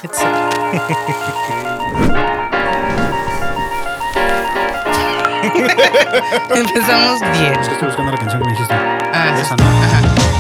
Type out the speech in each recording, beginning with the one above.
Empezamos bien. Es que estoy buscando la canción que me dijiste. Esa, ¿no? Ajá.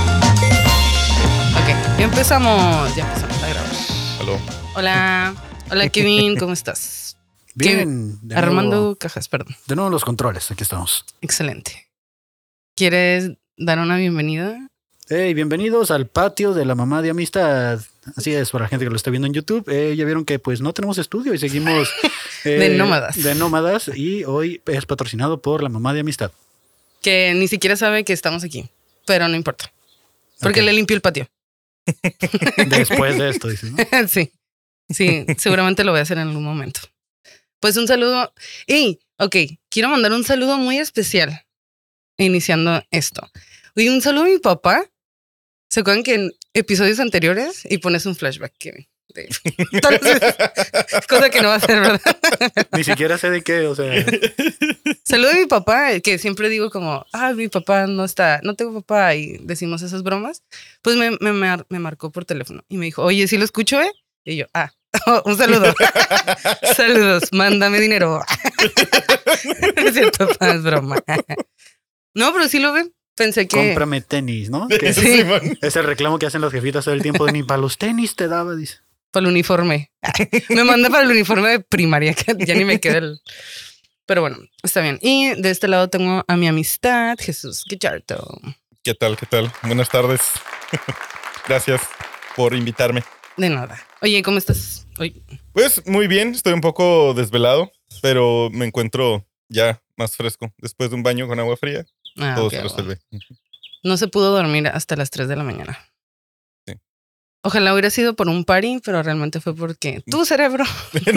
Ok, ya empezamos a grabar. Aló. Hola Kevin, ¿cómo estás? Bien. Armando Cajas, perdón. De nuevo los controles, aquí estamos. Excelente. ¿Quieres dar una bienvenida? Hey, bienvenidos al patio de la mamá de amistad. Así es, para la gente que lo está viendo en YouTube. Ya vieron que pues no tenemos estudio y seguimos de nómadas. De nómadas, y hoy es patrocinado por la mamá de amistad. Que ni siquiera sabe que estamos aquí, pero no importa. Porque le limpió el patio. Después de esto, dices, ¿no? Sí, seguramente lo voy a hacer en algún momento. Pues un saludo. Quiero mandar un saludo muy especial iniciando esto. Y un saludo a mi papá. ¿Se acuerdan que en episodios anteriores y pones un flashback, Kevin? Entonces, cosa que no va a hacer, ¿verdad? Ni siquiera sé de qué, o sea. Saludo a mi papá, que siempre digo como, mi papá no está, no tengo papá, y decimos esas bromas. Pues me marcó por teléfono y me dijo, oye, ¿sí lo escucho, eh? Y yo, un saludo. Saludos, mándame dinero. Es cierto, papá, es broma. No, pero sí lo ven. Pensé que... Cómprame tenis, ¿no? Que sí. Es el reclamo que hacen las jefitas todo el tiempo de ni para los tenis te daba, dice. Para el uniforme. Me manda para el uniforme de primaria, que ya ni me queda el... Pero bueno, está bien. Y de este lado tengo a mi amistad, Jesús Guillardo. ¿Qué tal? Buenas tardes. Gracias por invitarme. De nada. Oye, ¿cómo estás hoy? Pues muy bien, estoy un poco desvelado, pero me encuentro ya más fresco. Después de un baño con agua fría, todo se resuelve. No se pudo dormir hasta las 3 de la mañana. Sí. Ojalá hubiera sido por un party, pero realmente fue porque tu cerebro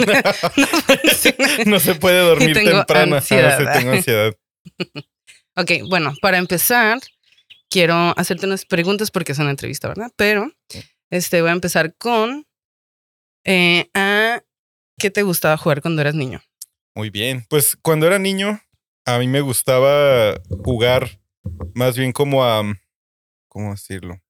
no se puede dormir temprano. Ansiedad. Tengo ansiedad. Ok, bueno, para empezar, quiero hacerte unas preguntas porque es una entrevista, ¿verdad? Pero voy a empezar con ¿a qué te gustaba jugar cuando eras niño? Muy bien. Pues cuando era niño, a mí me gustaba jugar más bien como a... ¿Cómo decirlo?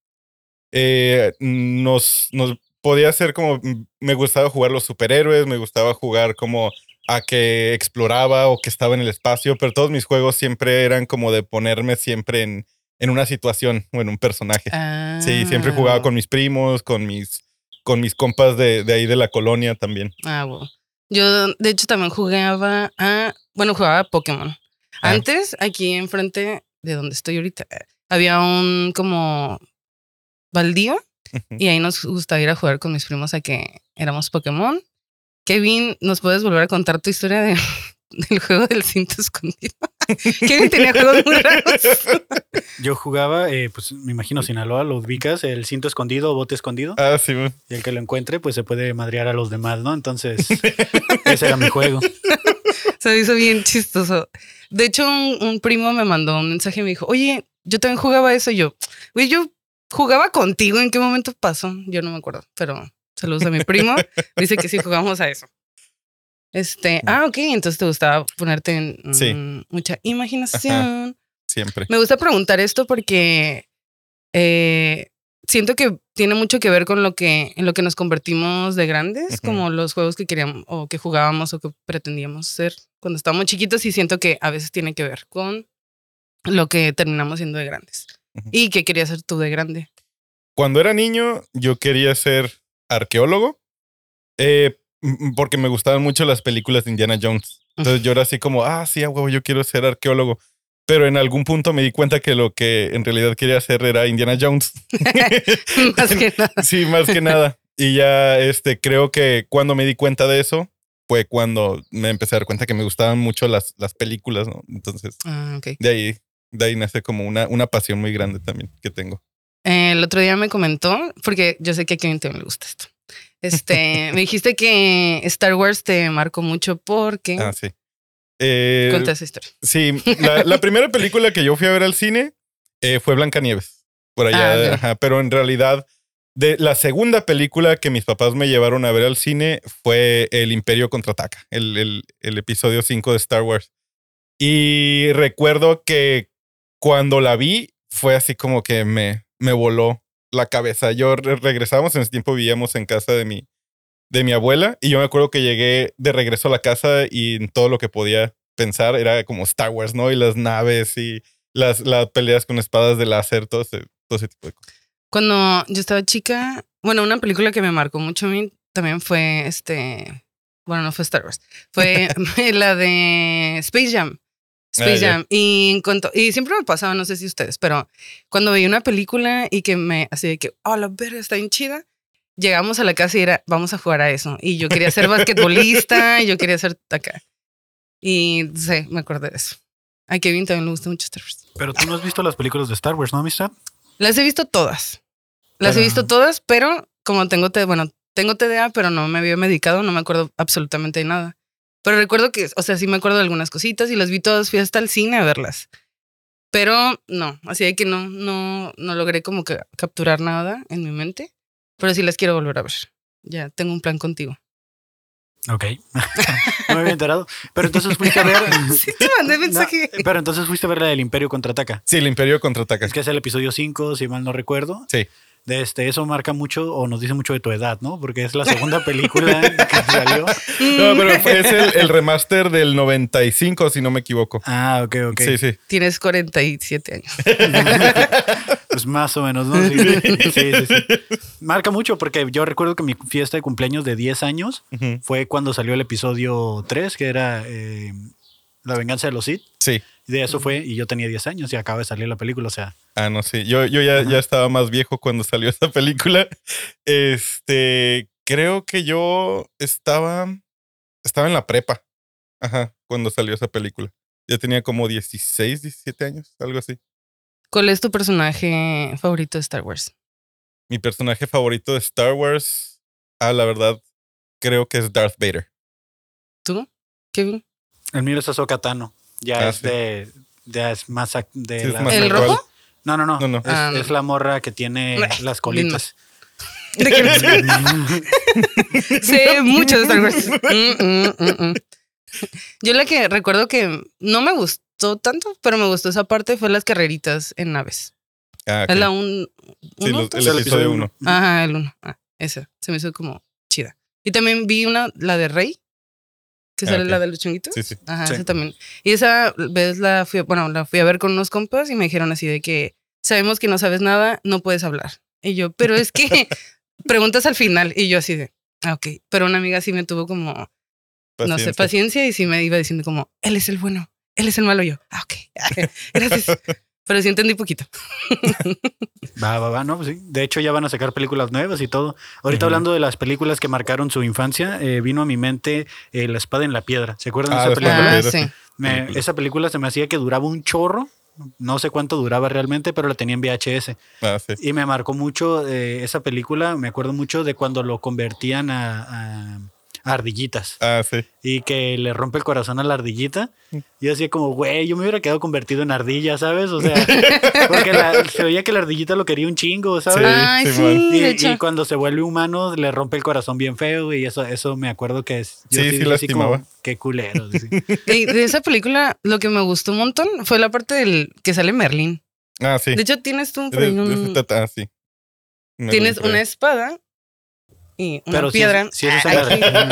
Nos podía ser como... Me gustaba jugar los superhéroes, me gustaba jugar como a que exploraba o que estaba en el espacio, pero todos mis juegos siempre eran como de ponerme siempre en una situación o en un personaje. Sí, siempre jugaba con mis primos, con mis compas de ahí de la colonia también. Bueno. Yo, de hecho, también jugaba jugaba a Pokémon. Antes, aquí enfrente de donde estoy ahorita, había un como baldío y ahí nos gustaba ir a jugar con mis primos a que éramos Pokémon. Kevin, ¿nos puedes volver a contar tu historia del juego del cinto escondido? Kevin tenía juegos muy raros. Yo jugaba, pues me imagino Sinaloa, lo ubicas, el cinto escondido o bote escondido. Sí. Y el que lo encuentre, pues se puede madrear a los demás, ¿no? Entonces, ese era mi juego. Se me hizo bien chistoso. De hecho, un primo me mandó un mensaje y me dijo, oye, yo también jugaba eso. Y yo jugaba contigo. ¿En qué momento pasó? Yo no me acuerdo, pero saludos a mi primo. Dice que sí jugamos a eso. Ok, entonces te gustaba ponerte en mucha imaginación. Ajá, siempre. Me gusta preguntar esto porque siento que tiene mucho que ver con en lo que nos convertimos de grandes, como los juegos que queríamos o que jugábamos o que pretendíamos ser cuando estábamos chiquitos, y siento que a veces tiene que ver con lo que terminamos siendo de grandes. ¿Y qué querías ser tú de grande? Cuando era niño, yo quería ser arqueólogo. Porque me gustaban mucho las películas de Indiana Jones. Entonces yo era así como, sí, a huevo, yo quiero ser arqueólogo. Pero en algún punto me di cuenta que lo que en realidad quería hacer era Indiana Jones. Más que nada. Sí, más que nada. Y ya creo que cuando me di cuenta de eso fue cuando me empecé a dar cuenta que me gustaban mucho las películas, ¿no? Entonces, okay. de ahí nace como una pasión muy grande también que tengo. El otro día me comentó, porque yo sé que a Kevin también le gusta esto. Me dijiste que Star Wars te marcó mucho porque... Sí. Cuenta esa historia. Sí, la primera película que yo fui a ver al cine fue Blancanieves. Por allá, okay. Pero en realidad, la segunda película que mis papás me llevaron a ver al cine fue El Imperio Contraataca, el episodio 5 de Star Wars. Y recuerdo que cuando la vi, fue así como que me voló la cabeza. Regresábamos en ese tiempo, vivíamos en casa de mi de mi abuela. Y yo me acuerdo que llegué de regreso a la casa y todo lo que podía pensar era como Star Wars, ¿no? Y las naves y las peleas con espadas de láser, todo ese tipo de cosas. Cuando yo estaba chica, bueno, una película que me marcó mucho a mí también fue bueno, no fue Star Wars, fue la de Space Jam. Space Jam. Y siempre me pasaba, no sé si ustedes, pero cuando veía una película y que así de que, oh, la verga está bien chida, llegamos a la casa y era, vamos a jugar a eso. Y yo quería ser basquetbolista, y yo quería ser acá. Y sí, me acordé de eso. A Kevin también le gusta mucho Star Wars. Pero tú no has visto las películas de Star Wars, ¿no, amistad? Las he visto todas. He visto todas, pero como tengo TDA, pero no me había medicado, no me acuerdo absolutamente de nada. Pero recuerdo que, o sea, sí me acuerdo de algunas cositas y las vi todas, fui hasta el cine a verlas. Pero no, así de que no logré como que capturar nada en mi mente, pero sí las quiero volver a ver. Ya tengo un plan contigo. Ok. No me había enterado. Pero entonces fuiste a ver. Sí, te mandé mensaje. No, pero entonces fuiste a ver la del Imperio Contraataca. Sí, el Imperio Contraataca. Es que es el episodio 5, si mal no recuerdo. Sí. Eso marca mucho o nos dice mucho de tu edad, ¿no? Porque es la segunda película que salió. No, pero es el remaster del 95, si no me equivoco. Ah, ok. Sí. Tienes 47 años. Pues más o menos, ¿no? Sí. Marca mucho porque yo recuerdo que mi fiesta de cumpleaños de 10 años fue cuando salió el episodio 3, que era La venganza de los Sith. Sí. De eso fue, y yo tenía 10 años y acaba de salir la película, o sea. Ah, no, sí. Yo ya estaba más viejo cuando salió esa película. Creo que yo estaba en la prepa. Ajá, cuando salió esa película. Ya tenía como 16, 17 años, algo así. ¿Cuál es tu personaje favorito de Star Wars? Mi personaje favorito de Star Wars, la verdad, creo que es Darth Vader. ¿Tú, Kevin? El mío es Ahsoka Tano. Ya sí. es más de Sí, la... más ¿El actual. rojo? No. Es la morra que tiene las colitas. ¿De qué? Sé mucho de Star Wars. Yo la que recuerdo que no me gustó tanto, pero me gustó esa parte fue las carreritas en naves. Okay. Es la Sí, el episodio 1. Ajá, el 1. Esa se me hizo como chida. Y también vi la de Rey, que sale la de los chunguitos. Sí. Ajá, sí. esa también. Y esa vez la fui a ver con unos compas y me dijeron así de que sabemos que no sabes nada, no puedes hablar. Y yo, pero es que preguntas al final. Y yo así de, ok. Pero una amiga sí me tuvo como, no sé, paciencia y sí me iba diciendo como, él es el bueno, él es el malo. Yo, ok, gracias. Pero sí entendí poquito. Va, no, pues sí. De hecho, ya van a sacar películas nuevas y todo. Ahorita hablando de las películas que marcaron su infancia, vino a mi mente La espada en la piedra. ¿Se acuerdan de esa película? Sí. Esa película se me hacía que duraba un chorro. No sé cuánto duraba realmente, pero la tenía en VHS. Sí. Y me marcó mucho esa película. Me acuerdo mucho de cuando lo convertían a ardillitas. Sí. Y que le rompe el corazón a la ardillita. Yo decía como, güey, yo me hubiera quedado convertido en ardilla, ¿sabes? O sea, porque se veía que la ardillita lo quería un chingo, ¿sabes? Ay, sí, y cuando se vuelve humano le rompe el corazón bien feo y eso me acuerdo que es... Yo sí lastimaba. Como, qué culero. Sí. Y de esa película lo que me gustó un montón fue la parte del que sale Merlín. Sí. De hecho tienes tú sí. Tienes una espada y una pero piedra. Si es la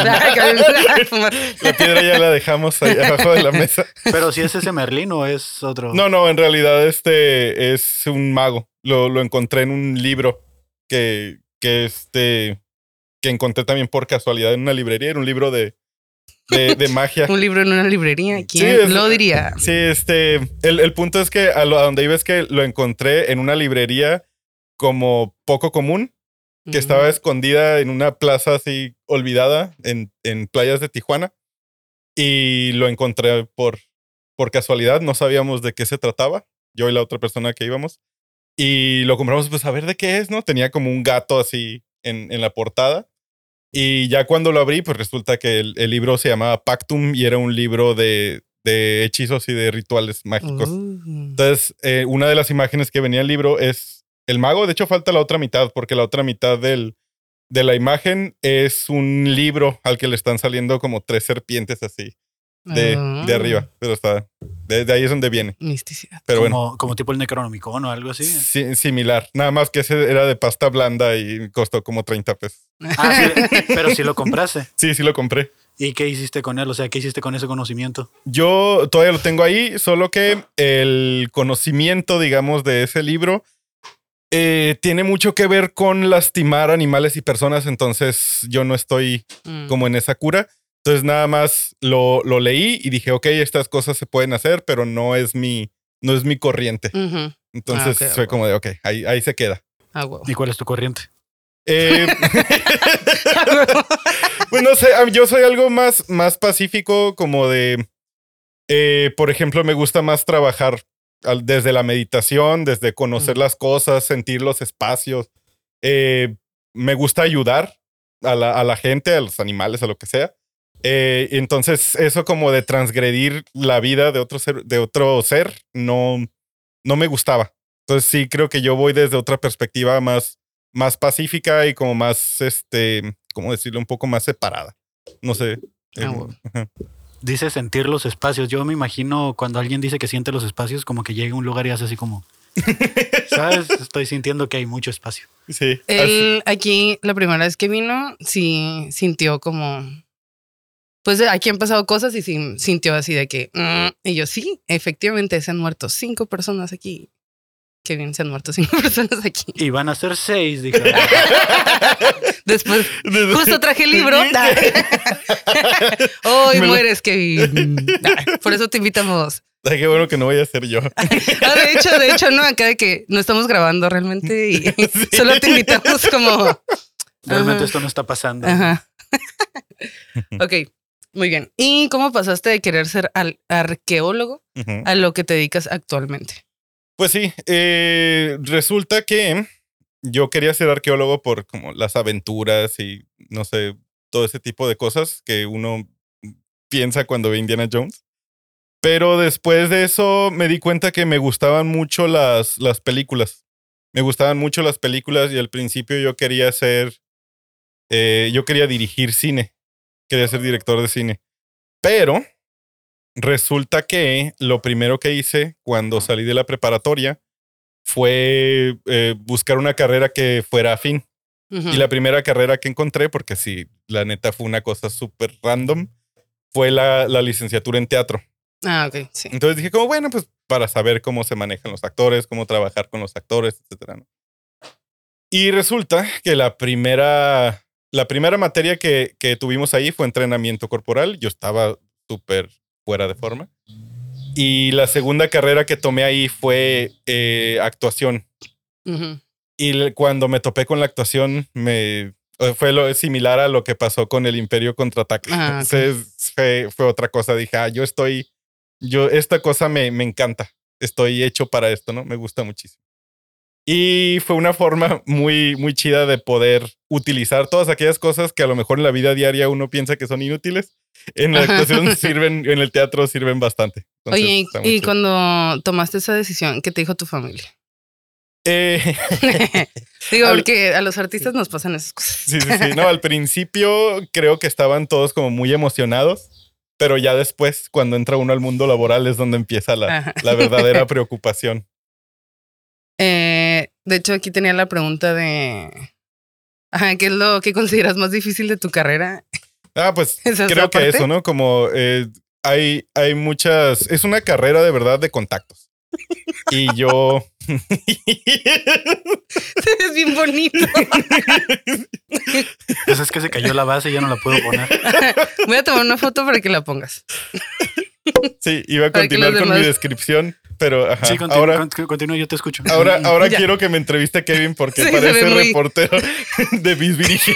piedra ya la dejamos ahí abajo de la mesa. Pero si es ese Merlín o es otro. No, en realidad es un mago. Lo encontré en un libro que encontré también por casualidad en una librería. Era un libro de magia. Un libro en una librería. ¿Quién lo diría? Sí, el punto es que a donde iba es que lo encontré en una librería como poco común, que estaba escondida en una plaza así olvidada en playas de Tijuana. Y lo encontré por casualidad. No sabíamos de qué se trataba, yo y la otra persona que íbamos. Y lo compramos pues a ver de qué es, ¿no? Tenía como un gato así en la portada. Y ya cuando lo abrí, pues resulta que el libro se llamaba Pactum y era un libro de hechizos y de rituales mágicos. Entonces, una de las imágenes que venía en el libro es el mago. De hecho, falta la otra mitad, porque la otra mitad de la imagen es un libro al que le están saliendo como 3 serpientes así de arriba. Pero está, de ahí es donde viene. Misticidad. Pero bueno. Como tipo el Necronomicon o algo así. Sí, similar. Nada más que ese era de pasta blanda y costó como 30 pesos. Ah, sí, pero sí lo compraste. Sí lo compré. ¿Y qué hiciste con él? O sea, ¿qué hiciste con ese conocimiento? Yo todavía lo tengo ahí, solo que el conocimiento, digamos, de ese libro tiene mucho que ver con lastimar animales y personas, entonces yo no estoy como en esa cura. Entonces nada más lo leí y dije, ok, estas cosas se pueden hacer, pero no es mi corriente. Entonces okay, fue como de, ok, ahí se queda. Wow. ¿Y cuál es tu corriente? Pues no sé, yo soy algo más pacífico, como de, por ejemplo, me gusta más trabajar desde la meditación, desde conocer las cosas, sentir los espacios. Me gusta ayudar a la gente, a los animales, a lo que sea. Entonces, eso como de transgredir la vida de otro ser, no me gustaba. Entonces, sí, creo que yo voy desde otra perspectiva más pacífica y como más, ¿cómo decirlo? Un poco más separada. No sé. Dice sentir los espacios. Yo me imagino cuando alguien dice que siente los espacios, como que llega a un lugar y hace así como, ¿sabes? Estoy sintiendo que hay mucho espacio. Sí. Él aquí, la primera vez que vino, sí sintió como... Pues aquí han pasado cosas y sintió así de que... y yo, sí, efectivamente se han muerto 5 personas aquí. Qué bien, se han muerto 5 personas aquí. Y van a ser 6, dije. Después, justo traje el libro. Hoy mueres, Kevin. Por eso te invitamos. Ay, qué bueno que no voy a ser yo. De hecho, no, acá de que no estamos grabando realmente y solo te invitamos como... Realmente esto no está pasando. Ajá. Ok, muy bien. ¿Y cómo pasaste de querer ser arqueólogo a lo que te dedicas actualmente? Pues sí, resulta que yo quería ser arqueólogo por como las aventuras y no sé, todo ese tipo de cosas que uno piensa cuando ve Indiana Jones. Pero después de eso me di cuenta que me gustaban mucho las películas. Me gustaban mucho las películas y al principio yo quería dirigir cine. Quería ser director de cine. Pero resulta que lo primero que hice cuando salí de la preparatoria fue buscar una carrera que fuera afín. Y la primera carrera que encontré, porque sí, la neta fue una cosa súper random, fue la licenciatura en teatro. Ah, ok, sí. Entonces dije como, bueno, pues para saber cómo se manejan los actores, cómo trabajar con los actores, etcétera, ¿no? Y resulta que la primera materia que tuvimos ahí fue entrenamiento corporal. Yo estaba súper fuera de forma. Y la segunda carrera que tomé ahí fue actuación. Y cuando me topé con la actuación, fue similar a lo que pasó con el Imperio Contraataca. Ah, okay. Fue otra cosa. Dije, esta cosa me encanta. Estoy hecho para esto, ¿no? Me gusta muchísimo. Y fue una forma muy, muy chida de poder utilizar todas aquellas cosas que a lo mejor en la vida diaria uno piensa que son inútiles. En la actuación sirven, en el teatro sirven bastante. Entonces, oye, y cuando tomaste esa decisión, ¿qué te dijo tu familia? Digo, porque a los artistas nos pasan esas cosas. Sí. No, al principio creo que estaban todos como muy emocionados, pero ya después, cuando entra uno al mundo laboral, es donde empieza la verdadera preocupación. De hecho, aquí tenía la pregunta de... ¿qué es lo que consideras más difícil de tu carrera? Pues creo que eso, ¿no? Como hay muchas... Es una carrera de verdad de contactos. Y yo... Es bien bonito. Pues es que se cayó la base y ya no la puedo poner. Voy a tomar una foto para que la pongas. Sí, iba a continuar con mi descripción, pero ajá. Sí, continúa, yo te escucho. Ahora quiero que me entreviste Kevin porque sí, parece reportero de Bisbirige.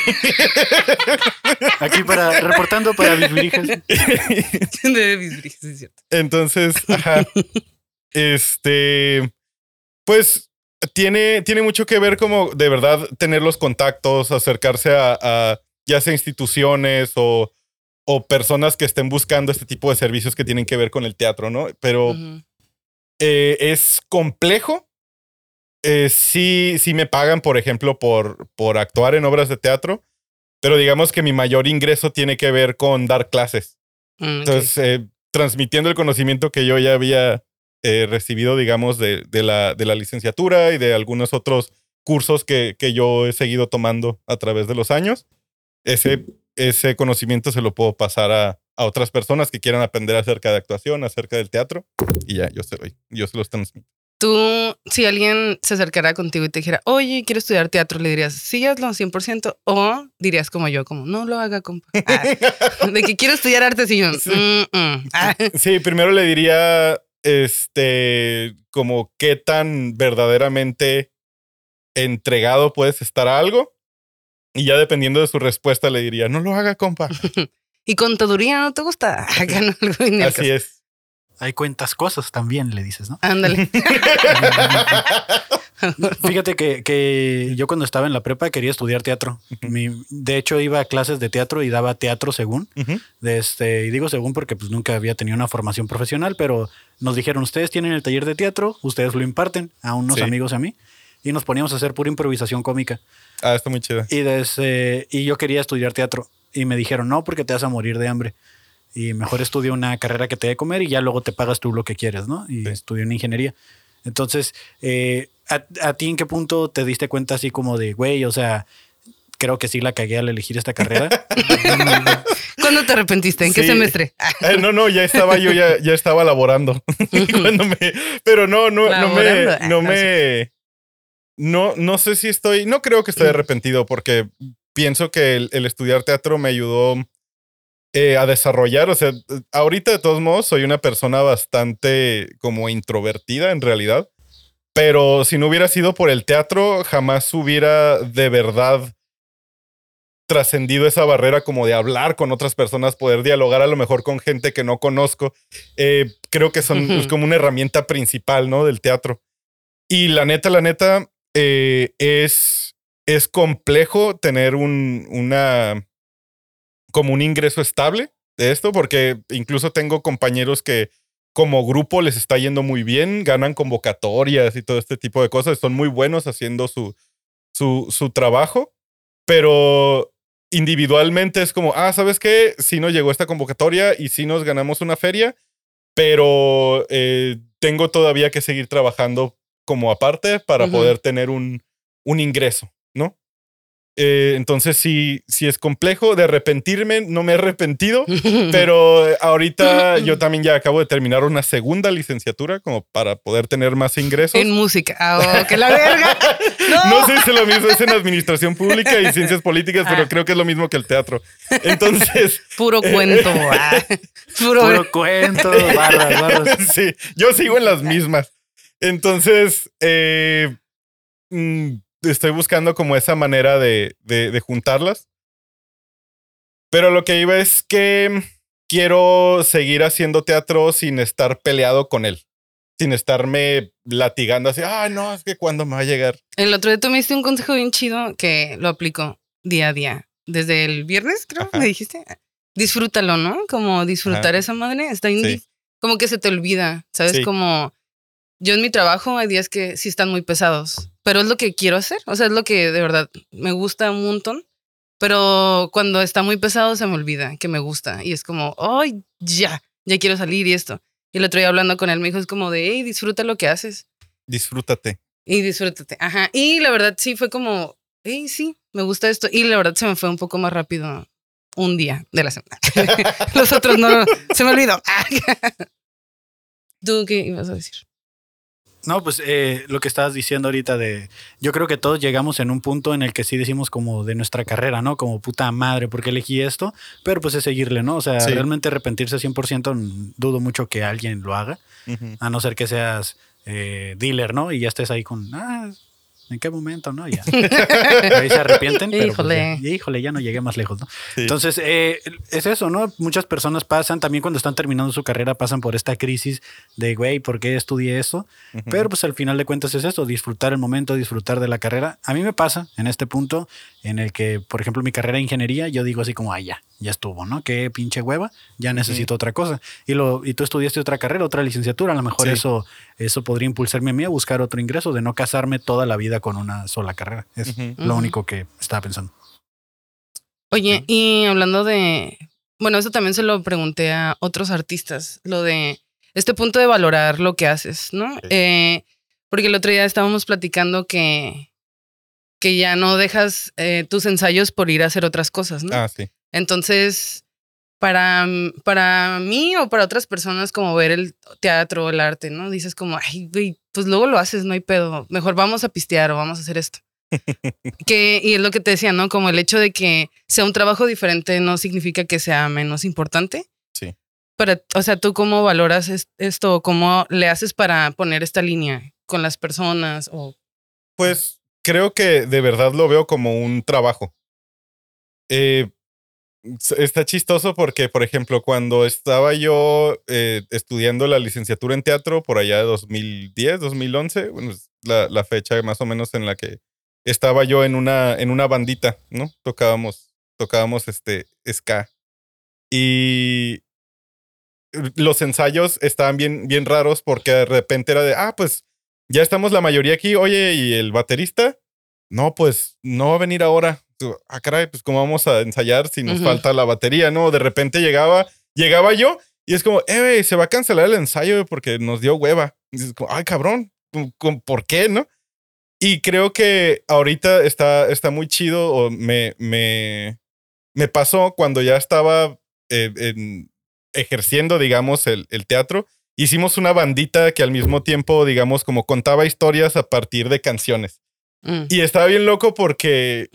Aquí reportando para Bisbiriges. De Bisbiriges, sí, es cierto. Entonces, ajá. Pues tiene mucho que ver como de verdad tener los contactos, acercarse a ya sea instituciones o personas que estén buscando este tipo de servicios que tienen que ver con el teatro, ¿no? Pero es complejo. Sí me pagan, por ejemplo, por actuar en obras de teatro, pero digamos que mi mayor ingreso tiene que ver con dar clases. Entonces, transmitiendo el conocimiento que yo ya había recibido, digamos, de la licenciatura y de algunos otros cursos que yo he seguido tomando a través de los años. Ese conocimiento se lo puedo pasar a otras personas que quieran aprender acerca de actuación, acerca del teatro, y ya, yo se los transmito. Tú, si alguien se acercara contigo y te dijera, oye, quiero estudiar teatro, le dirías, sí, hazlo 100%, o dirías como yo, como, no lo haga, compa. De que quiero estudiar artes y yo, sí. Sí, primero le diría, como qué tan verdaderamente entregado puedes estar a algo, y ya dependiendo de su respuesta le diría, no lo haga, compa. ¿Y contaduría no te gusta? Así es. Hay cuentas cosas también, le dices, ¿no? Ándale. Fíjate que yo cuando estaba en la prepa quería estudiar teatro. De hecho, iba a clases de teatro y daba teatro según. Y digo según porque pues nunca había tenido una formación profesional, pero nos dijeron, ustedes tienen el taller de teatro, ustedes lo imparten a unos amigos a mí. Y nos poníamos a hacer pura improvisación cómica. Ah, está muy chido. Y yo quería estudiar teatro. Y me dijeron, no, porque te vas a morir de hambre. Y mejor estudia una carrera que te dé comer y ya luego te pagas tú lo que quieres, ¿no? Y estudié una ingeniería. Entonces, ¿a ti en qué punto te diste cuenta así como de, güey, o sea, creo que sí la cagué al elegir esta carrera? ¿Cuándo te arrepentiste? ¿En qué semestre? No, ya estaba yo, ya estaba laborando. Pero no sé si no creo que estoy arrepentido porque pienso que el estudiar teatro me ayudó a desarrollar, o sea, ahorita de todos modos soy una persona bastante como introvertida en realidad, pero si no hubiera sido por el teatro, jamás hubiera de verdad trascendido esa barrera como de hablar con otras personas, poder dialogar a lo mejor con gente que no conozco. Creo que es como una herramienta principal, ¿no? Del teatro. Y la neta, es complejo tener como un ingreso estable de esto, porque incluso tengo compañeros que como grupo les está yendo muy bien, ganan convocatorias y todo este tipo de cosas, son muy buenos haciendo su trabajo, pero individualmente es como, ¿sabes qué? Sí nos llegó esta convocatoria y sí nos ganamos una feria, pero tengo todavía que seguir trabajando como aparte para poder tener un ingreso, ¿no? Entonces sí es complejo. De arrepentirme, no me he arrepentido, pero ahorita yo también ya acabo de terminar una segunda licenciatura como para poder tener más ingresos. En música. ¡Que la verga! No sé si es lo mismo, es en administración pública y ciencias políticas, pero creo que es lo mismo que el teatro. Entonces... Puro cuento. Puro cuento, barras. Sí, yo sigo en las mismas. Entonces... estoy buscando como esa manera de juntarlas. Pero lo que iba es que quiero seguir haciendo teatro sin estar peleado con él. Sin estarme latigando así, no, es que cuándo me va a llegar. El otro día tú me diste un consejo bien chido que lo aplico día a día. Desde el viernes, creo, me dijiste. Disfrútalo, ¿no? Como disfrutar esa madre. Está como que se te olvida, ¿sabes? Sí. Como yo en mi trabajo hay días que sí están muy pesados, pero es lo que quiero hacer. O sea, es lo que de verdad me gusta un montón. Pero cuando está muy pesado se me olvida que me gusta. Y es como, ¡ay, ya quiero salir y esto! Y el otro día hablando con él me dijo, es como de, hey, disfruta lo que haces. Disfrútate. Y disfrútate. Ajá. Y la verdad sí fue como, hey, sí, me gusta esto. Y la verdad se me fue un poco más rápido un día de la semana. Los otros no, se me olvidó. ¿Tú qué ibas a decir? No, pues lo que estabas diciendo ahorita yo creo que todos llegamos en un punto en el que sí decimos como de nuestra carrera, ¿no? Como puta madre, ¿por qué elegí esto? Pero pues es seguirle, ¿no? O sea, realmente arrepentirse 100% dudo mucho que alguien lo haga, a no ser que seas dealer, ¿no? Y ya estés ahí con, ¿en qué momento, no? Ya. Ahí se arrepienten, pero híjole, ya no llegué más lejos, ¿no? Sí. Entonces, es eso, ¿no? Muchas personas también cuando están terminando su carrera, pasan por esta crisis de, güey, ¿por qué estudié eso? Pero pues al final de cuentas es eso, disfrutar el momento, disfrutar de la carrera. A mí me pasa en este punto en el que, por ejemplo, mi carrera de ingeniería, yo digo así como, ya estuvo, ¿no? Qué pinche hueva, ya necesito otra cosa. Y tú estudiaste otra carrera, otra licenciatura, a lo mejor eso podría impulsarme a mí a buscar otro ingreso, de no casarme toda la vida con una sola carrera. Es lo único que estaba pensando. Oye, y hablando de bueno, eso también se lo pregunté a otros artistas, lo de este punto de valorar lo que haces, ¿no? Sí. Porque el otro día estábamos platicando que ya no dejas tus ensayos por ir a hacer otras cosas, ¿no? Ah, sí. Entonces, para mí o para otras personas, como ver el teatro, el arte, ¿no? Dices como, ay, güey, pues luego lo haces, no hay pedo. Mejor vamos a pistear o vamos a hacer esto. Y es lo que te decía, ¿no? Como el hecho de que sea un trabajo diferente no significa que sea menos importante. Sí. Pero, o sea, ¿tú cómo valoras esto? ¿Cómo le haces para poner esta línea con las personas? Pues creo que de verdad lo veo como un trabajo. Está chistoso porque, por ejemplo, cuando estaba yo estudiando la licenciatura en teatro por allá de 2010, 2011, bueno, es la fecha más o menos en la que estaba yo en una bandita, ¿no? Tocábamos ska. Y los ensayos estaban bien raros porque de repente era de, pues ya estamos la mayoría aquí, oye, ¿y el baterista? No, pues no va a venir ahora. Caray, pues cómo vamos a ensayar si nos falta la batería, ¿no? De repente llegaba yo y es como, güey, se va a cancelar el ensayo porque nos dio hueva. Y dices, ay, cabrón, ¿por qué, no? Y creo que ahorita está muy chido, o me pasó cuando ya estaba ejerciendo, digamos, el teatro. Hicimos una bandita que al mismo tiempo, digamos, como contaba historias a partir de canciones. Y estaba bien loco porque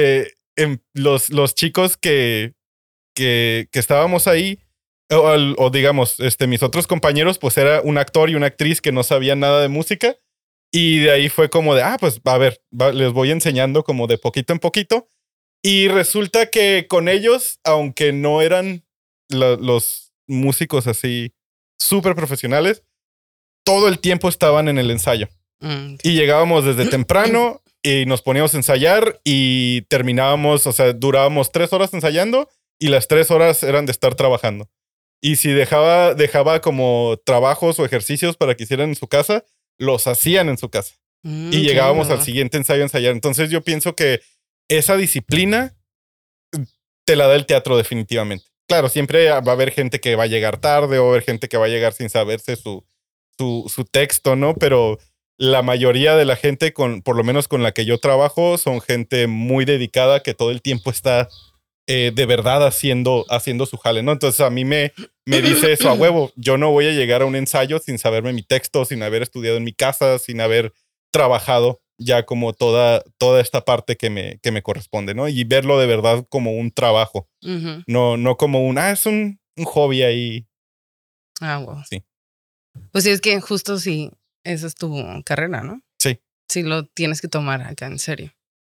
los chicos que estábamos ahí, o digamos, mis otros compañeros, pues era un actor y una actriz que no sabían nada de música. Y de ahí fue como de, pues a ver, les voy enseñando como de poquito en poquito. Y resulta que con ellos, aunque no eran los músicos así súper profesionales, todo el tiempo estaban en el ensayo. Y llegábamos desde temprano y nos poníamos a ensayar y terminábamos, o sea, durábamos 3 horas ensayando y las 3 horas eran de estar trabajando. Y si dejaba como trabajos o ejercicios para que hicieran en su casa, los hacían en su casa. Y llegábamos al siguiente ensayo a ensayar. Entonces yo pienso que esa disciplina te la da el teatro definitivamente. Claro, siempre va a haber gente que va a llegar tarde o va a haber gente que va a llegar sin saberse su texto, ¿no? Pero la mayoría de la gente, por lo menos con la que yo trabajo, son gente muy dedicada que todo el tiempo está de verdad haciendo su jale, ¿no? Entonces a mí me dice eso a huevo. Yo no voy a llegar a un ensayo sin saberme mi texto, sin haber estudiado en mi casa, sin haber trabajado ya como toda esta parte que me corresponde, ¿no? Y verlo de verdad como un trabajo, no como es un hobby ahí. Wow. Sí. Pues sí, es que justo sí, esa es tu carrera, ¿no? Sí. Sí, lo tienes que tomar acá en serio.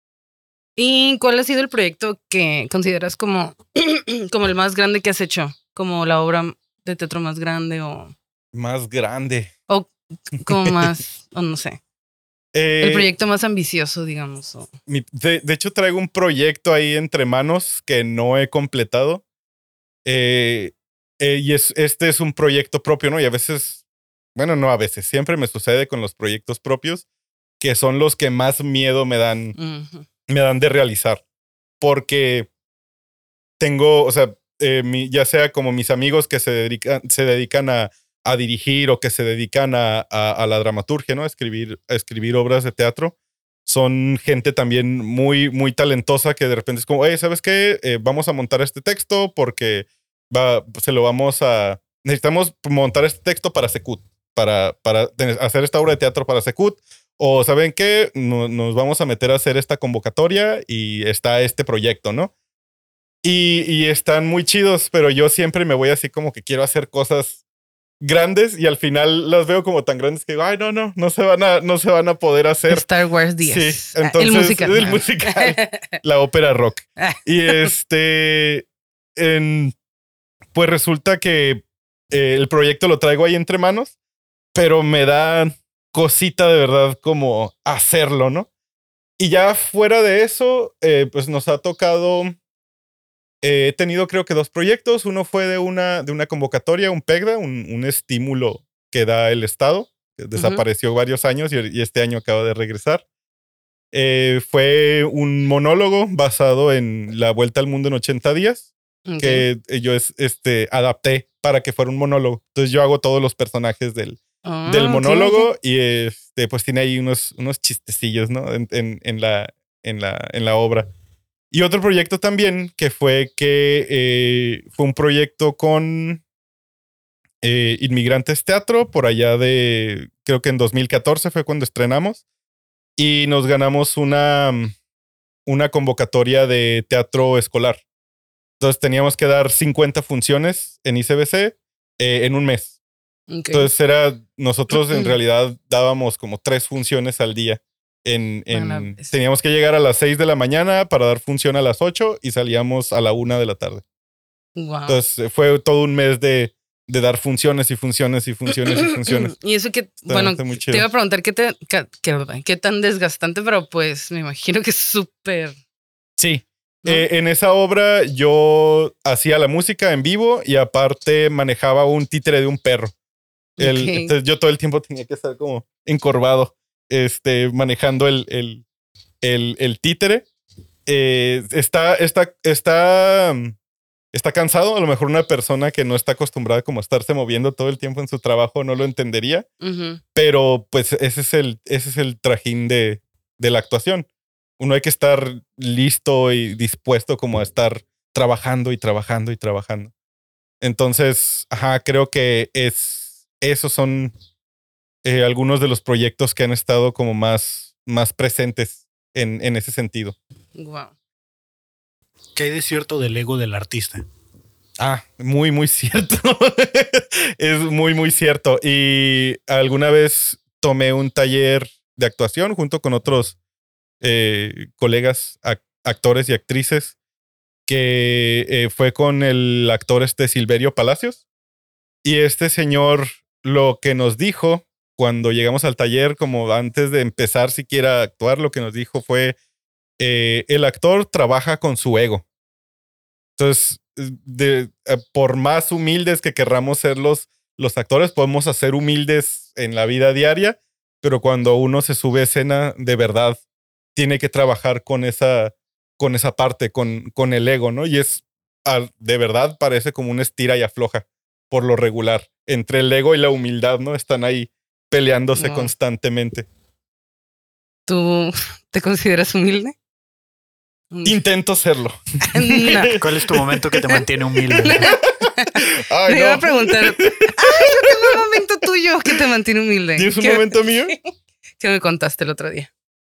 ¿Y cuál ha sido el proyecto que consideras como el más grande que has hecho? Como la obra de teatro más grande o... Más grande. O como más, o no sé. El proyecto más ambicioso, digamos. De hecho, traigo un proyecto ahí entre manos que no he completado. Y este es un proyecto propio, ¿no? Y a veces, bueno, no a veces, siempre me sucede con los proyectos propios, que son los que más miedo me dan de realizar. Porque tengo, o sea, ya sea como mis amigos que se dedican a dirigir o que se dedican a la dramaturgia, ¿no? A escribir obras de teatro. Son gente también muy, muy talentosa que de repente es como, ¿sabes qué? Vamos a montar este texto porque necesitamos montar este texto para Secut, para hacer esta obra de teatro para Secut. O ¿saben qué? Nos vamos a meter a hacer esta convocatoria y está este proyecto, ¿no? Y están muy chidos, pero yo siempre me voy así como que quiero hacer cosas grandes y al final las veo como tan grandes que no se van a poder hacer. Star Wars 10. Sí, entonces el musical, la ópera rock. Y pues resulta que el proyecto lo traigo ahí entre manos, pero me da cosita de verdad como hacerlo, ¿no? Y ya fuera de eso, pues nos ha tocado... he tenido creo que 2 proyectos. Uno fue de una convocatoria, un PEGDA, un estímulo que da el Estado. Que desapareció varios años y este año acaba de regresar. Fue un monólogo basado en La Vuelta al Mundo en 80 días. que yo adapté para que fuera un monólogo. Entonces yo hago todos los personajes del monólogo y pues tiene ahí unos chistecillos, ¿no? En la obra. Y otro proyecto también que fue fue un proyecto con Inmigrantes Teatro por allá creo que en 2014 fue cuando estrenamos y nos ganamos una convocatoria de teatro escolar. Entonces teníamos que dar 50 funciones en ICBC en un mes. Okay. Entonces nosotros en realidad dábamos como 3 funciones al día. Teníamos que llegar a las 6 de la mañana para dar función a las 8 y salíamos a la 1 de la tarde. Wow. Entonces fue todo un mes de dar funciones y funciones y funciones y funciones. Y eso que, bueno, te iba a preguntar qué tan desgastante, pero pues me imagino que es súper... Sí. ¿No? En esa obra yo hacía la música en vivo y aparte manejaba un títere de un perro. Entonces yo todo el tiempo tenía que estar como encorvado, manejando el títere. Está cansado. A lo mejor una persona que no está acostumbrada como a estarse moviendo todo el tiempo en su trabajo no lo entendería. Pero pues ese es el trajín de la actuación. Uno hay que estar listo y dispuesto como a estar trabajando y trabajando y trabajando. Entonces, creo que esos son algunos de los proyectos que han estado como más presentes en ese sentido. Wow. ¿Qué hay de cierto del ego del artista? Muy, muy cierto. Es muy, muy cierto. Y alguna vez tomé un taller de actuación junto con otros colegas, actores y actrices, que fue con el actor Silverio Palacios. Y este señor lo que nos dijo cuando llegamos al taller, como antes de empezar siquiera a actuar, lo que nos dijo fue, el actor trabaja con su ego. Entonces, por más humildes que querramos ser los actores, podemos ser humildes en la vida diaria, pero cuando uno se sube a escena, de verdad, tiene que trabajar con esa parte, con el ego, ¿no? Y de verdad, parece como un estira y afloja por lo regular. Entre el ego y la humildad, ¿no? Están ahí peleándose constantemente. ¿Tú te consideras humilde? Intento serlo. No. ¿Cuál es tu momento que te mantiene humilde? Me iba a preguntar. Yo tengo un momento tuyo que te mantiene humilde. ¿Tienes un momento mío? Que me contaste el otro día.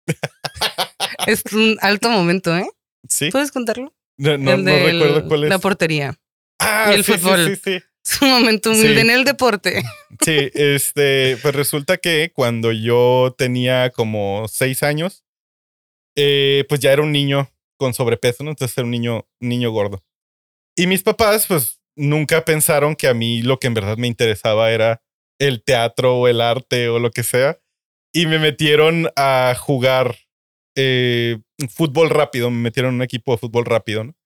Es un alto momento, ¿eh? Sí. ¿Puedes contarlo? No recuerdo cuál es. La portería. Y el fútbol. Sí. Es un momento humilde en el deporte. Sí, pues resulta que cuando yo tenía como 6 años, pues ya era un niño con sobrepeso, ¿no? Entonces era un niño gordo. Y mis papás, pues, nunca pensaron que a mí lo que en verdad me interesaba era el teatro o el arte o lo que sea. Y me metieron a jugar fútbol rápido. Me metieron en un equipo de fútbol rápido, ¿no?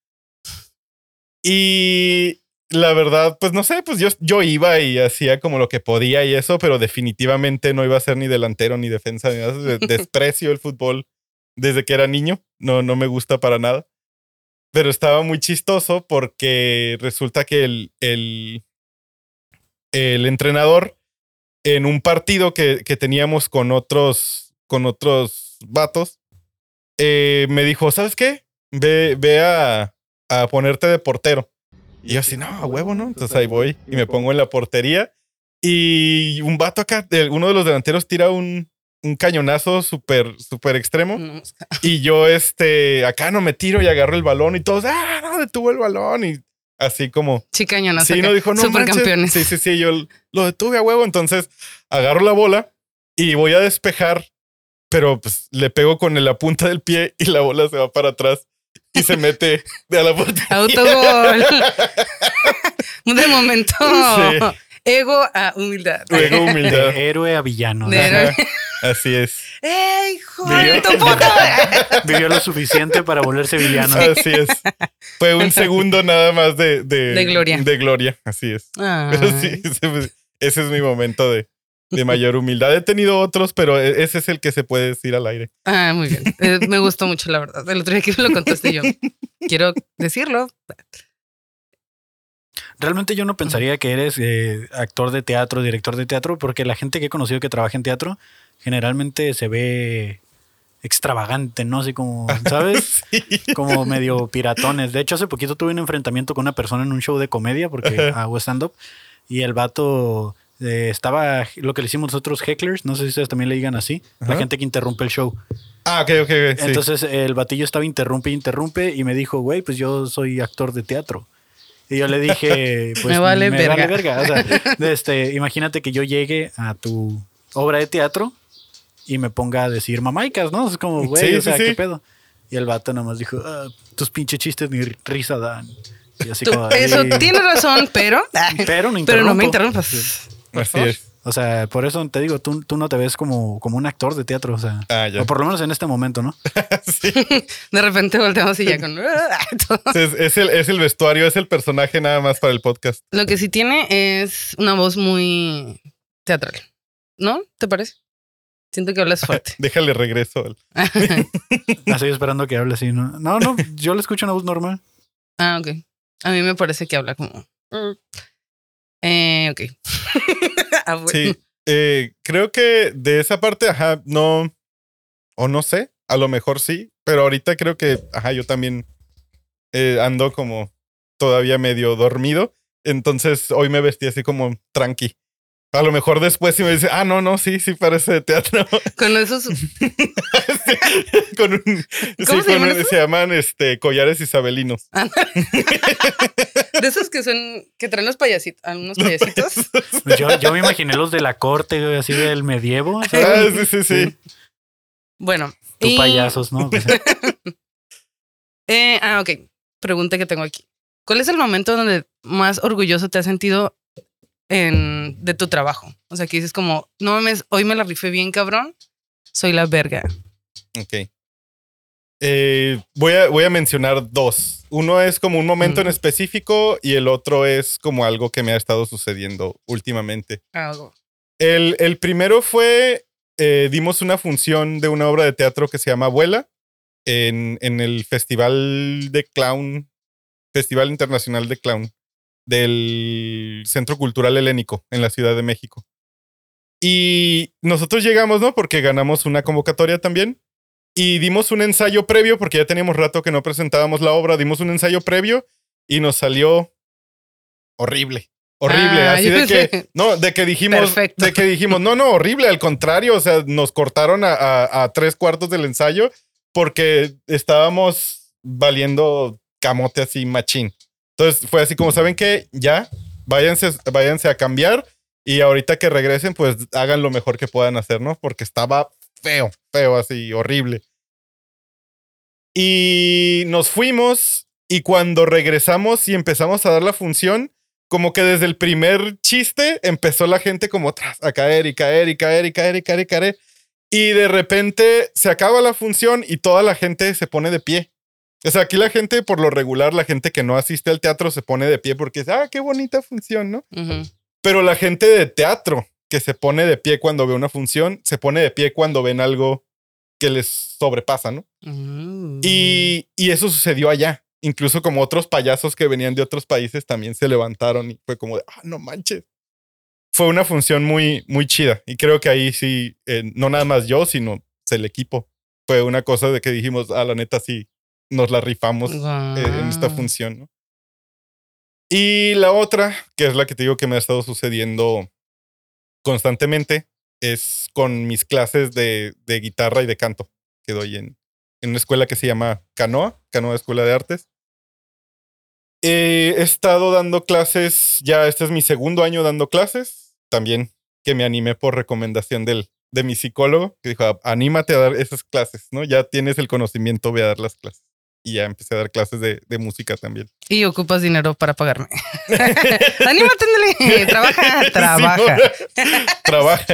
Y la verdad, pues no sé, pues yo iba y hacía como lo que podía y eso, pero definitivamente no iba a ser ni delantero ni defensa ni nada. Desprecio el fútbol desde que era niño. No me gusta para nada. Pero estaba muy chistoso porque resulta que el entrenador en un partido que teníamos con otros vatos, me dijo, ¿sabes qué? Ve a ponerte de portero. Y yo así, no, a huevo, ¿no? Entonces ahí voy y me pongo en la portería y un vato acá, uno de los delanteros tira un cañonazo súper extremo. Y yo acá no me tiro y agarro el balón y todos, no, detuvo el balón y así como... Sí, cañonazo. Sí, no, dijo, no Supercampeones. Sí, yo lo detuve a huevo. Entonces agarro la bola y voy a despejar, pero pues le pego con la punta del pie y la bola se va para atrás y se mete a la portería. Autogol. De momento, Sí. Ego a humildad. Ego, humildad. De héroe a villano. Así es. ¡Ey, joder, tu puta! Vivió lo suficiente para volverse villano. Así es. Fue un segundo nada más de gloria. De gloria, así es. Pero sí, ese es mi momento de mayor humildad. He tenido otros, pero ese es el que se puede decir al aire. Muy bien. Me gustó mucho, la verdad. El otro día que me lo contaste yo. Quiero decirlo. Realmente yo no pensaría que eres actor de teatro, director de teatro, porque la gente que he conocido que trabaja en teatro generalmente se ve extravagante, ¿no? Así como, ¿sabes? Sí. Como medio piratones. De hecho, hace poquito tuve un enfrentamiento con una persona en un show de comedia, porque hago stand-up, y el vato estaba, lo que le hicimos nosotros hecklers, no sé si ustedes también le digan así, la gente que interrumpe el show. Ah, ok. Sí. Entonces el batillo estaba interrumpe y me dijo, güey, pues yo soy actor de teatro. Y yo le dije, pues me vale verga. O sea, imagínate que yo llegue a tu obra de teatro y me ponga a decir mamaicas, ¿no? Es como, güey, Sí, o sea, sí. ¿qué pedo? Y el vato nomás dijo, tus pinches chistes ni risa dan. Y así Tú, como, eso tienes razón, pero no me interrumpas. Sí. Así es. O sea, por eso te digo, tú no te ves como un actor de teatro, o sea, ya. o por lo menos en este momento, ¿no? Sí. De repente volteamos y ya con... Es el vestuario, es el personaje nada más para el podcast. Lo que sí tiene es una voz muy teatral, ¿no? ¿Te parece? Siento que hablas fuerte. Déjale regreso. Estoy esperando que hable así, ¿no? No, yo le escucho una voz normal. Ah, ok. A mí me parece que habla como... ok. Bueno. Sí, creo que de esa parte, no, o no sé, a lo mejor sí, pero ahorita creo que, yo también ando como todavía medio dormido, entonces hoy me vestí así como tranqui. A lo mejor después sí me dice, no, sí parece de teatro. Con esos... Sí, con un... ¿Cómo se llaman esos? Se llaman collares isabelinos. De esos que traen los payasitos, algunos payasitos. Yo me imaginé los de la corte, güey, así del medievo. ¿Sabes? Sí. Bueno. Tú payasos, ¿no? Pues, ok. Pregunta que tengo aquí. ¿Cuál es el momento donde más orgulloso te has sentido de tu trabajo? O sea, que dices como, no mames, hoy me la rifé bien, cabrón. Soy la verga. Ok. Voy a mencionar dos. Uno es como un momento en específico y el otro es como algo que me ha estado sucediendo últimamente. Algo. El primero fue, dimos una función de una obra de teatro que se llama Abuela en el Festival de Clown, Festival Internacional de Clown del Centro Cultural Helénico en la Ciudad de México. Y nosotros llegamos, ¿no? Porque ganamos una convocatoria también. Y dimos un ensayo previo, porque ya teníamos rato que no presentábamos la obra. Dimos un ensayo previo y nos salió horrible. Así de que dijimos, no, horrible. Al contrario, o sea, nos cortaron a 3/4 del ensayo porque estábamos valiendo camote así machín. Entonces fue así como, ¿saben qué? Ya, váyanse a cambiar y ahorita que regresen, pues hagan lo mejor que puedan hacer, ¿no? Porque estaba feo, así, horrible. Y nos fuimos y cuando regresamos y empezamos a dar la función, como que desde el primer chiste empezó la gente como a caer y caer. Y de repente se acaba la función y toda la gente se pone de pie. O sea, aquí la gente, por lo regular, la gente que no asiste al teatro se pone de pie porque dice, qué bonita función, ¿no? Uh-huh. Pero la gente de teatro que se pone de pie cuando ve una función, se pone de pie cuando ven algo que les sobrepasa, ¿no? Uh-huh. Y eso sucedió allá. Incluso como otros payasos que venían de otros países también se levantaron y fue como de, no manches. Fue una función muy, muy chida. Y creo que ahí sí, no nada más yo, sino el equipo. Fue una cosa de que dijimos, la neta sí, nos la rifamos en esta función, ¿no? Y la otra, que es la que te digo que me ha estado sucediendo constantemente, es con mis clases de guitarra y de canto que doy en una escuela que se llama Canoa Escuela de Artes. He estado dando clases, ya este es mi segundo año dando clases, también que me animé por recomendación de mi psicólogo, que dijo, anímate a dar esas clases, ¿no? Ya tienes el conocimiento, voy a dar las clases. Y ya empecé a dar clases de música también. Y ocupas dinero para pagarme. Anímate, ándale. Trabaja. Sí, trabaja.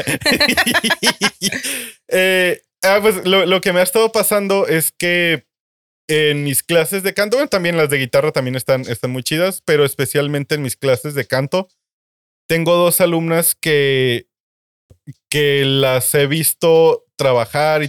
Pues lo que me ha estado pasando es que en mis clases de canto, bueno, también las de guitarra también están muy chidas, pero especialmente en mis clases de canto, tengo 2 alumnas que las he visto trabajar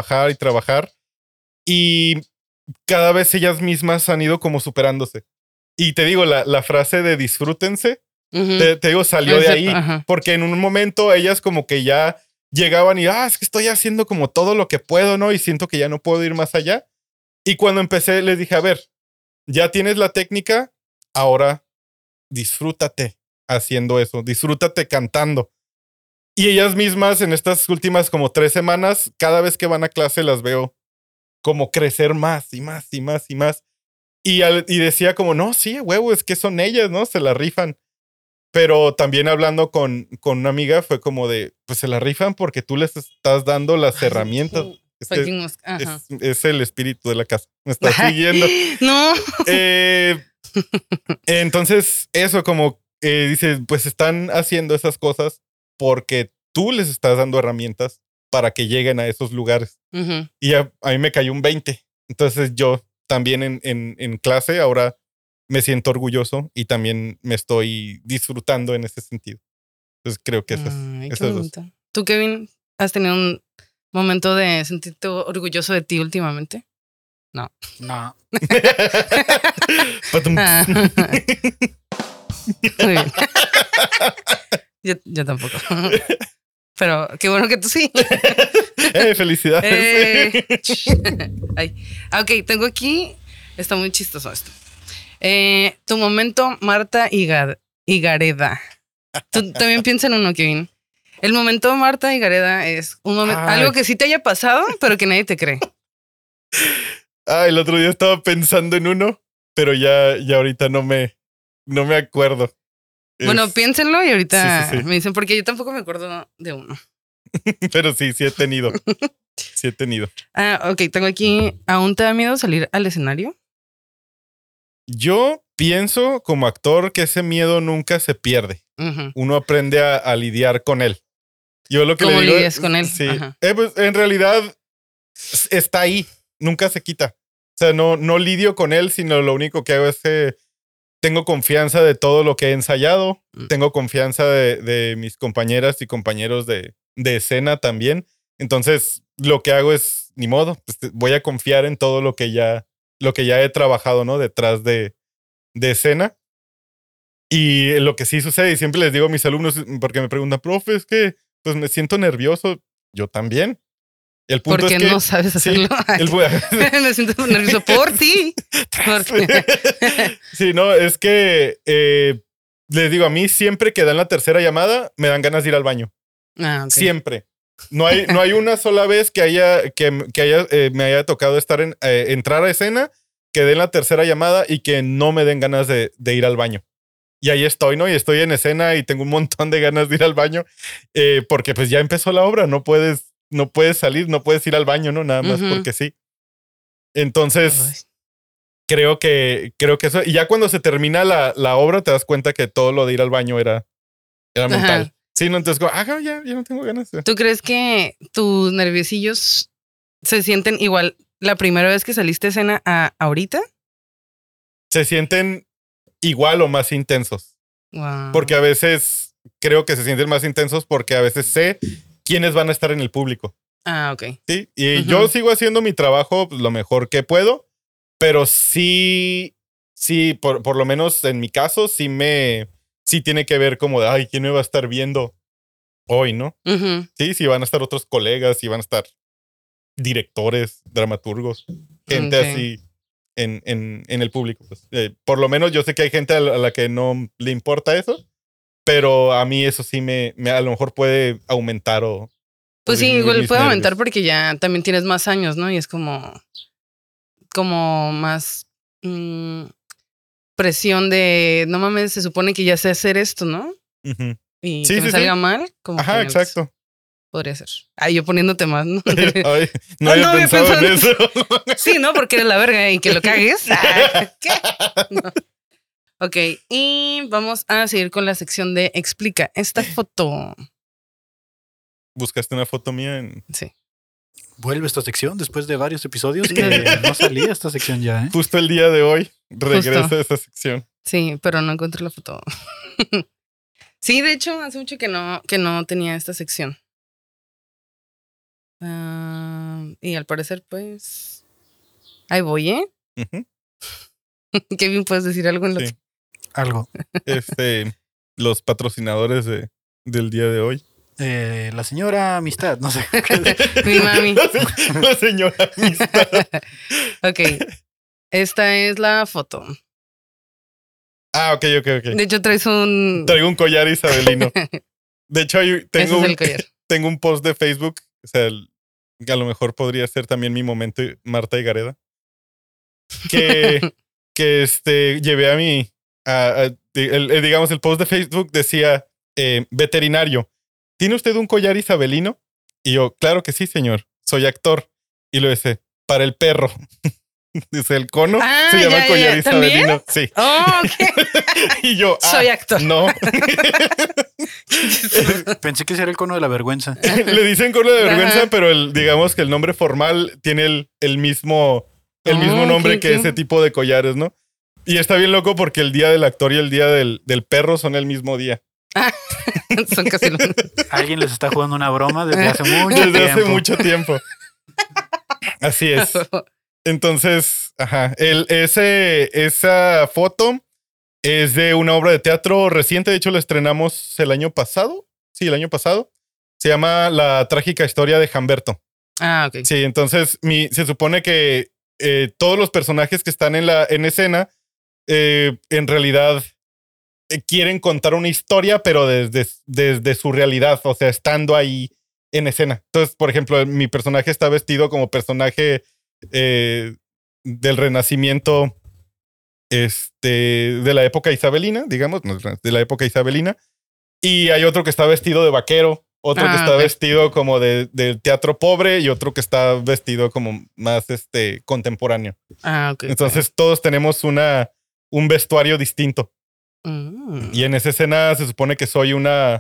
y cada vez ellas mismas han ido como superándose. Y te digo, la frase de disfrútense, Ujú. te digo, salió de ahí. Ajá. Porque en un momento ellas como que ya llegaban y, es que estoy haciendo como todo lo que puedo, ¿no? Y siento que ya no puedo ir más allá. Y cuando empecé, les dije, a ver, ya tienes la técnica, ahora disfrútate haciendo eso, disfrútate cantando. Y ellas mismas en estas últimas como 3 semanas, cada vez que van a clase las veo como crecer más y más y más y más. Y decía como, no, sí, huevo, es que son ellas, ¿no? Se la rifan. Pero también hablando con una amiga fue como de, pues se la rifan porque tú les estás dando las herramientas. Es el espíritu de la casa. Me está siguiendo. No. Entonces, eso como dices, pues están haciendo esas cosas porque tú les estás dando herramientas para que lleguen a esos lugares. Uh-huh. Y a mí me cayó un 20. Entonces yo también en clase ahora me siento orgulloso y también me estoy disfrutando en ese sentido. Entonces creo que esas dos. ¿Tú, Kevin, has tenido un momento de sentirte orgulloso de ti últimamente? No. No. Muy bien. Yo tampoco. Pero qué bueno que tú sí. Felicidades. Ay. Ok, tengo aquí. Está muy chistoso esto. Tu momento, Marta Higareda. Tú también piensa en uno, Kevin. El momento Marta Higareda es un momento, algo que sí te haya pasado, pero que nadie te cree. El otro día estaba pensando en uno, pero ya ahorita no me acuerdo. Bueno, piénsenlo y ahorita me dicen, porque yo tampoco me acuerdo de uno. Pero sí he tenido. Sí he tenido. Ok, tengo aquí, ¿aún te da miedo salir al escenario? Yo pienso como actor que ese miedo nunca se pierde. Uh-huh. Uno aprende a lidiar con él. Yo lo que ¿Cómo le digo, lidias con él? Sí. Pues, en realidad está ahí, nunca se quita. O sea, no lidio con él, sino lo único que hago es que tengo confianza de todo lo que he ensayado. Tengo confianza de mis compañeras y compañeros de escena también. Entonces, lo que hago es, ni modo, pues voy a confiar en todo lo que ya he trabajado, ¿no? Detrás de escena. Y lo que sí sucede, y siempre les digo a mis alumnos, porque me preguntan, profe, es que pues me siento nervioso. Yo también. El punto porque es que no sabes hacerlo. Sí, me siento nervioso por ti. Sí, no, es que les digo, a mí siempre que dan la tercera llamada, me dan ganas de ir al baño. Okay. Siempre. No hay una sola vez que me haya tocado entrar a escena, que den la tercera llamada y que no me den ganas de ir al baño. Y ahí estoy, ¿no? Y estoy en escena y tengo un montón de ganas de ir al baño, porque pues ya empezó la obra, no puedes salir, no puedes ir al baño, ¿no? Nada más porque sí. Entonces, creo que eso, y ya cuando se termina la obra, te das cuenta que todo lo de ir al baño era mental. Ajá. Sí, no, entonces, ya no tengo ganas. ¿Tú crees que tus nerviosillos se sienten igual la primera vez que saliste a escena a ahorita? Se sienten igual o más intensos. Wow. Porque a veces creo que se sienten más intensos porque a veces sé quiénes van a estar en el público. Ok. Sí, y yo sigo haciendo mi trabajo pues, lo mejor que puedo, pero sí, por lo menos en mi caso, sí tiene que ver como de, ¿quién me va a estar viendo hoy, no? Sí, van a estar otros colegas, sí van a estar directores, dramaturgos, gente así en el público. Pues. Por lo menos yo sé que hay gente a la que no le importa eso, pero a mí eso sí a lo mejor puede aumentar o... Pues sí, igual puede aumentar porque ya también tienes más años, ¿no? Y es como más presión de, no mames, se supone que ya sé hacer esto, ¿no? Uh-huh. Y que me salga mal, como ajá, exacto. Podría ser. Yo poniéndote más, ¿no? No había pensado en eso. Sí, ¿no? Porque eres la verga y que lo cagues. ¿Qué? No. Ok, y vamos a seguir con la sección de explica esta foto. ¿Buscaste una foto mía? Sí. Vuelve esta sección después de varios episodios que no salía esta sección ya, ¿eh? Justo el día de hoy regresa esa sección. Sí, pero no encontré la foto. Sí, de hecho, hace mucho que no tenía esta sección. Y al parecer, pues... Ahí voy, ¿eh? Uh-huh. Kevin, ¿puedes decir algo en Sí. Algo. Los patrocinadores del día de hoy. La señora Amistad, no sé. Mi mami. La señora Amistad. Ok. Esta es la foto. Ah, ok. De hecho, traes un... Traigo un collar isabelino. De hecho, Ese es el collar. tengo un post de Facebook. O sea, a lo mejor podría ser también mi momento Marta y Gareda. Que llevé a mi... digamos, el post de Facebook decía, veterinario, ¿tiene usted un collar isabelino? Y yo, claro que sí, señor. Soy actor. Y lo dice, para el perro. Dice, el cono se llama collar isabelino. Sí. Oh, ok. Y yo, Soy actor. No. Pensé que ese era el cono de la vergüenza. Le dicen cono de vergüenza, Ajá. pero digamos que el nombre formal tiene el mismo nombre ok, que ok. ese tipo de collares, ¿no? Y está bien loco porque el día del actor y el día del perro son el mismo día. Son casi lo mismo. Alguien les está jugando una broma desde hace mucho Desde hace tiempo. mucho tiempo. Así es. Entonces, ajá. Esa foto es de una obra de teatro reciente. De hecho, la estrenamos el año pasado. Sí, el año pasado. Se llama La trágica historia de Humberto. Ah, ok. Sí, entonces se supone que todos los personajes que están en escena en realidad quieren contar una historia, pero desde su realidad, o sea, estando ahí en escena. Entonces, por ejemplo, mi personaje está vestido como personaje del Renacimiento de la época isabelina, digamos, de la época isabelina. Y hay otro que está vestido de vaquero, otro que está ok. vestido como del teatro pobre y otro que está vestido como más contemporáneo. Ah, ok. Entonces todos tenemos un vestuario distinto. Mm. Y en esa escena se supone que soy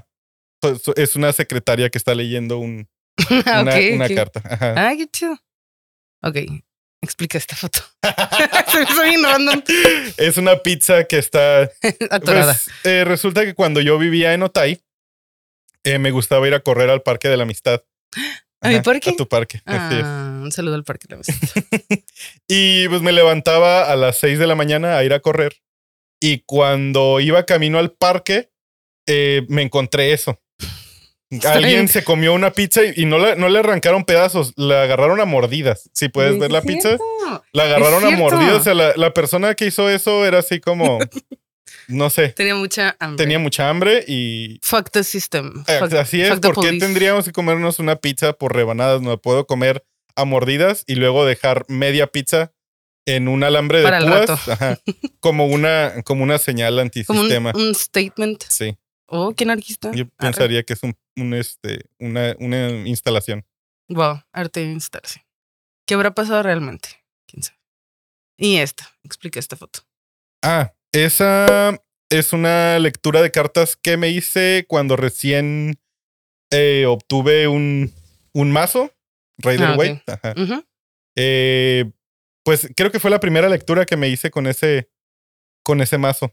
es una secretaria que está leyendo una Ok. carta. Ajá. Ah, qué chido. Ok. Explica esta foto. Se me hizo bien random. Es una pizza que está... Atorada. Pues, resulta que cuando yo vivía en Otay, me gustaba ir a correr al Parque de la Amistad. ¿A mi parque? A tu parque. Así es. Un saludo al parque de la Amistad. Y pues me levantaba a las 6 de la mañana a ir a correr. Y cuando iba camino al parque, me encontré eso. Alguien se comió una pizza y no le arrancaron pedazos, la agarraron a mordidas. Si puedes ver la pizza, la agarraron a mordidas. O sea, la persona que hizo eso era así como, no sé. Tenía mucha hambre y... Fuck the system. Así es, ¿por qué tendríamos que comernos una pizza por rebanadas? No la puedo comer a mordidas y luego dejar media pizza en un alambre de para púas. Ajá, como una señal antisistema. Como un statement. Sí. Oh, qué anarquista. Yo pensaría que es una instalación. Wow, arte de instalación. ¿Qué habrá pasado realmente? ¿Quién sabe? Y explica esta foto. Esa es una lectura de cartas que me hice cuando recién obtuve un mazo, Rider-Waite. Okay. Ajá. Uh-huh. Pues creo que fue la primera lectura que me hice con ese mazo.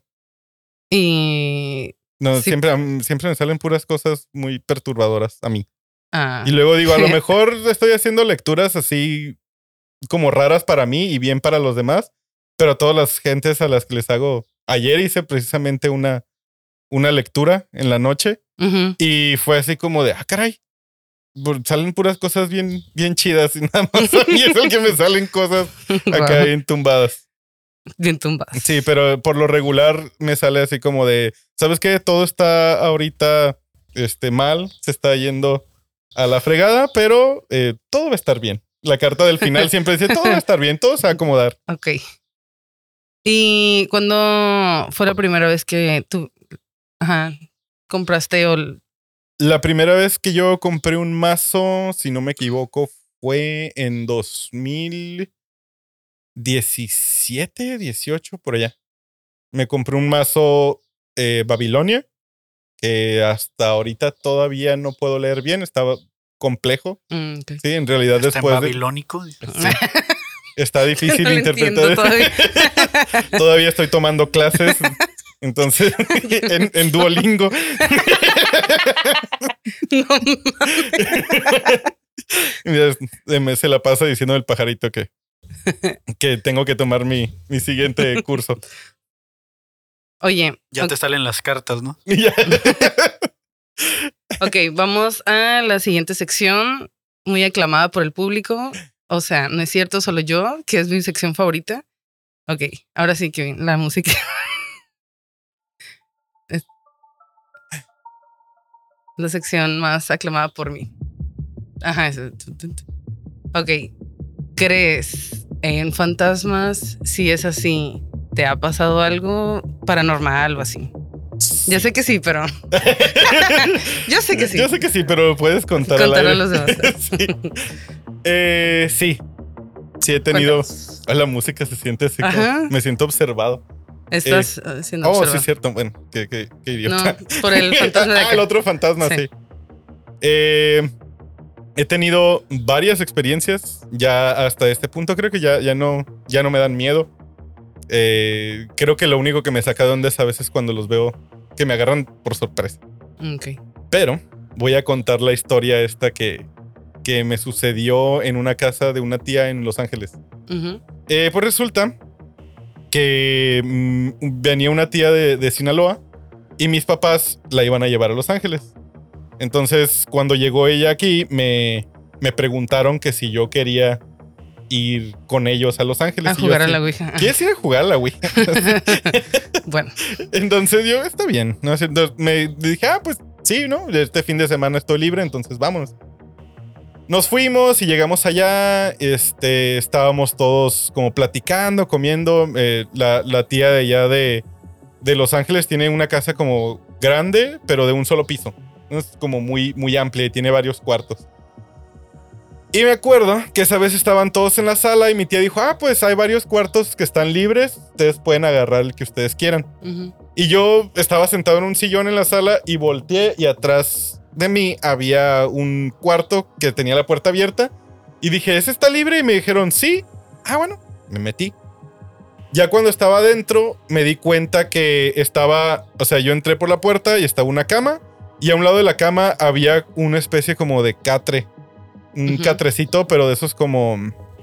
Y... No, sí. siempre me salen puras cosas muy perturbadoras a mí. Ah. Y luego digo, a lo mejor estoy haciendo lecturas así como raras para mí y bien para los demás, pero a todas las gentes a las que les hago... Ayer hice precisamente una lectura en la noche Uh-huh. y fue así como de, caray, salen puras cosas bien, bien chidas y nada más a mí es el que me salen cosas acá bien tumbadas. Bien tumbadas. Sí, pero por lo regular me sale así como de, ¿sabes qué? Todo está ahorita mal, se está yendo a la fregada, pero todo va a estar bien. La carta del final siempre dice, todo va a estar bien, todo se va a acomodar. Ok. ¿Y cuándo fue la primera vez que tú compraste La primera vez que yo compré un mazo, si no me equivoco, fue en 2017, 18, por allá. Me compré un mazo Babilonia, que hasta ahorita todavía no puedo leer bien, estaba complejo. Okay. Sí, en realidad ¿Está después en babilónico? Sí. Está difícil No de lo interpretar. todavía. Todavía estoy tomando clases. Entonces, en Duolingo. No, Se la pasa diciendo el pajarito que que tengo que tomar mi siguiente curso. Oye. Ya te salen las cartas, ¿no? Ok, vamos a la siguiente sección, muy aclamada por el público. O sea, no es cierto, solo yo, que es mi sección favorita. Ok, ahora sí, Kevin, la música. La sección más aclamada por mí. Ajá, eso. Ok, ¿crees en fantasmas? Si es así, ¿te ha pasado algo paranormal o así? Sí. Ya sé que sí, pero... Yo sé que sí. Yo sé que sí, pero puedes contar a los demás. Sí. Sí he tenido... La música se siente así como... Me siento observado. Estás siendo observado. Sí, es cierto. Bueno, qué idiota. No, por el fantasma de acá. El otro fantasma, sí. He tenido varias experiencias. Ya hasta este punto creo que ya no me dan miedo. Creo que lo único que me saca de onda es a veces cuando los veo que me agarran por sorpresa. Okay. Pero voy a contar la historia esta que me sucedió en una casa de una tía en Los Ángeles. Uh-huh. Pues resulta que venía una tía de Sinaloa y mis papás la iban a llevar a Los Ángeles. Entonces, cuando llegó ella aquí, me preguntaron que si yo quería ir con ellos a Los Ángeles. A jugar a la Ouija. ¿Quieres ir a jugar a la Ouija? Bueno. Entonces yo, está bien, ¿no? Entonces me dije, pues sí, ¿no? Este fin de semana estoy libre, entonces vámonos. Nos fuimos y llegamos allá, estábamos todos como platicando, comiendo. La tía de allá de Los Ángeles tiene una casa como grande, pero de un solo piso. Es como muy, muy amplia y tiene varios cuartos. Y me acuerdo que esa vez estaban todos en la sala y mi tía dijo, pues hay varios cuartos que están libres, ustedes pueden agarrar el que ustedes quieran. Uh-huh. Y yo estaba sentado en un sillón en la sala y volteé y atrás de mí había un cuarto que tenía la puerta abierta y dije, ¿ese está libre? Y me dijeron, sí. Bueno, me metí. Ya cuando estaba adentro me di cuenta que yo entré por la puerta y estaba una cama y a un lado de la cama había una especie como de catre. Un catrecito, pero de esos como...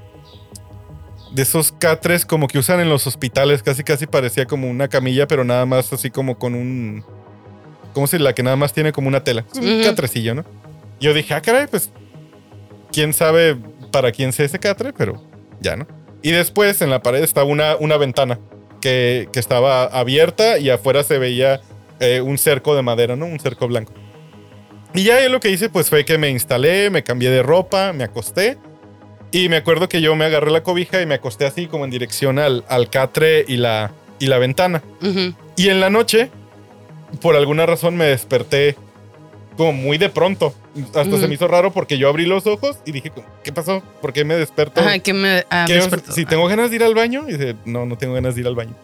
De esos catres como que usan en los hospitales. Casi parecía como una camilla, pero nada más así como con un... ¿Cómo se dice? La que nada más tiene como una tela. Es un catrecillo, ¿no? Y yo dije, caray, pues... ¿Quién sabe para quién sea ese catre? Pero ya, ¿no? Y después en la pared estaba una ventana que estaba abierta y afuera se veía un cerco de madera, ¿no? Un cerco blanco. Y ya yo lo que hice pues fue que me instalé, me cambié de ropa, me acosté. Y me acuerdo que yo me agarré la cobija y me acosté así como en dirección al catre y la ventana. Uh-huh. Y en la noche, por alguna razón me desperté como muy de pronto. Hasta se me hizo raro porque yo abrí los ojos y dije, ¿qué pasó? ¿Por qué me despertó? ¿Qué me despertó? Si tengo ganas de ir al baño. Y dice, no tengo ganas de ir al baño.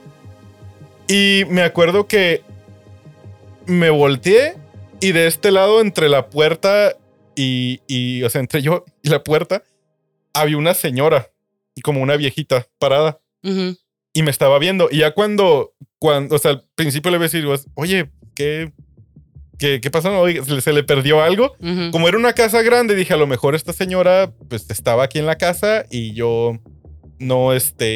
Y me acuerdo que me volteé. Y de este lado, entre la puerta o sea, entre yo y la puerta, había una señora, como una viejita, parada. Uh-huh. Y me estaba viendo. Y ya cuando, o sea, al principio le voy a decir, oye, ¿qué pasó? Oye, ¿se le perdió algo? Uh-huh. Como era una casa grande, dije, a lo mejor esta señora, pues, estaba aquí en la casa y yo no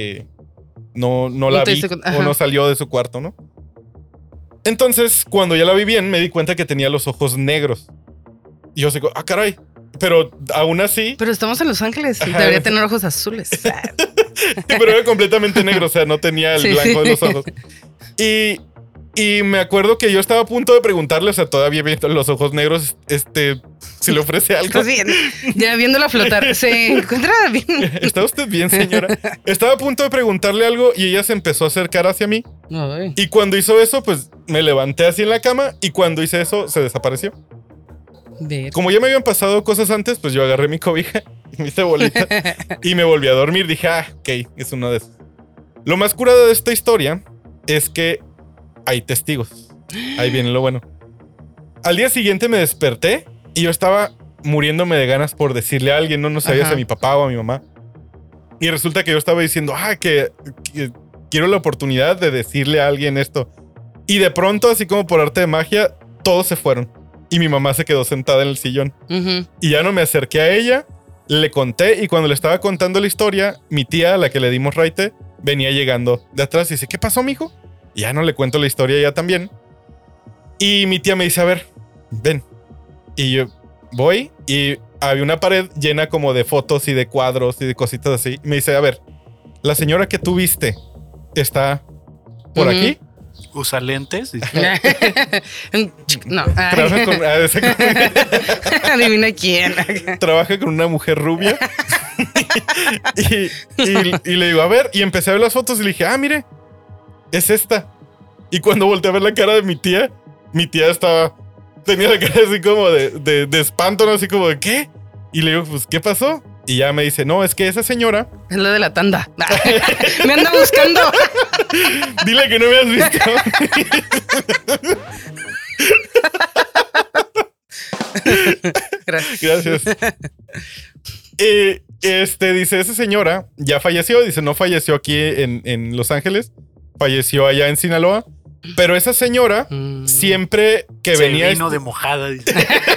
la vi o no salió de su cuarto, ¿no? Entonces, cuando ya la vi bien, me di cuenta que tenía los ojos negros. Y yo digo, caray. Pero aún así... Pero estamos en Los Ángeles. Debería tener ojos azules. Pero era completamente negro. O sea, no tenía el blanco de los ojos. Y me acuerdo que yo estaba a punto de preguntarle, o sea, todavía viendo los ojos negros, si le ofrece algo. Estás bien. Ya viéndola flotar. ¿Se encuentra bien? ¿Está usted bien, señora? Estaba a punto de preguntarle algo y ella se empezó a acercar hacia mí. Ay. Y cuando hizo eso, pues me levanté así en la cama y cuando hice eso, se desapareció. Como ya me habían pasado cosas antes, pues yo agarré mi cobija y me hice bolita y me volví a dormir. Dije, ok, es uno de esos. Lo más curado de esta historia es que hay testigos. Ahí viene lo bueno. Al día siguiente me desperté y yo estaba muriéndome de ganas por decirle a alguien, no sabía si a mi papá o a mi mamá. Y resulta que yo estaba diciendo, que quiero la oportunidad de decirle a alguien esto. Y de pronto, así como por arte de magia, todos se fueron. Y mi mamá se quedó sentada en el sillón. Uh-huh. Y ya no me acerqué a ella. Le conté y cuando le estaba contando la historia, mi tía, a la que le dimos raite, venía llegando de atrás y dice, ¿qué pasó, mijo? Y ya no le cuento la historia ya también. Y mi tía me dice, a ver, ven. Y yo voy y había una pared llena como de fotos y de cuadros y de cositas así. Me dice, a ver, la señora que tú viste está por aquí. ¿Usa lentes? No. Trabaja con... Adivina quién. Trabaja con una mujer rubia. y le digo, a ver, y empecé a ver las fotos y le dije, mire, es esta. Y cuando volteé a ver la cara de mi tía tenía la cara así como de espanto, ¿no? Así como de, ¿qué? Y le digo, pues, ¿qué pasó? Y ya me dice, no, es que esa señora... Es la de la tanda. Me anda buscando. Dile que no me has visto. Gracias. Dice, esa señora ya falleció. Dice, no falleció aquí en Los Ángeles. Falleció allá en Sinaloa. Pero esa señora siempre que venía... vino de mojada. Dice.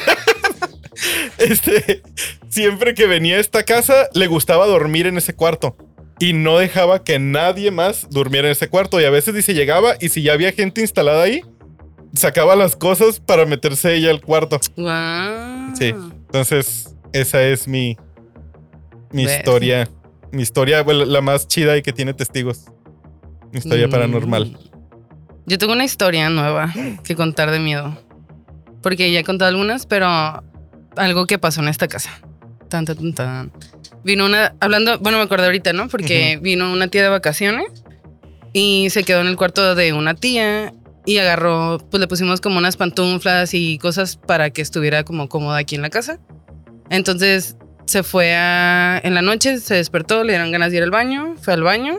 Siempre que venía a esta casa le gustaba dormir en ese cuarto y no dejaba que nadie más durmiera en ese cuarto. Y a veces dice llegaba y si ya había gente instalada ahí, sacaba las cosas para meterse ella al cuarto. Wow. Sí, entonces esa es mi historia. Mi historia, bueno, la más chida y que tiene testigos. Mi historia paranormal. Yo tengo una historia nueva que contar de miedo. Porque ya he contado algunas, pero algo que pasó en esta casa. Tan. Vino me acordé ahorita, ¿no? Porque vino una tía de vacaciones y se quedó en el cuarto de una tía y agarró, pues le pusimos como unas pantuflas y cosas para que estuviera como cómoda aquí en la casa. Entonces se fue en la noche, se despertó, le dieron ganas de ir al baño, fue al baño.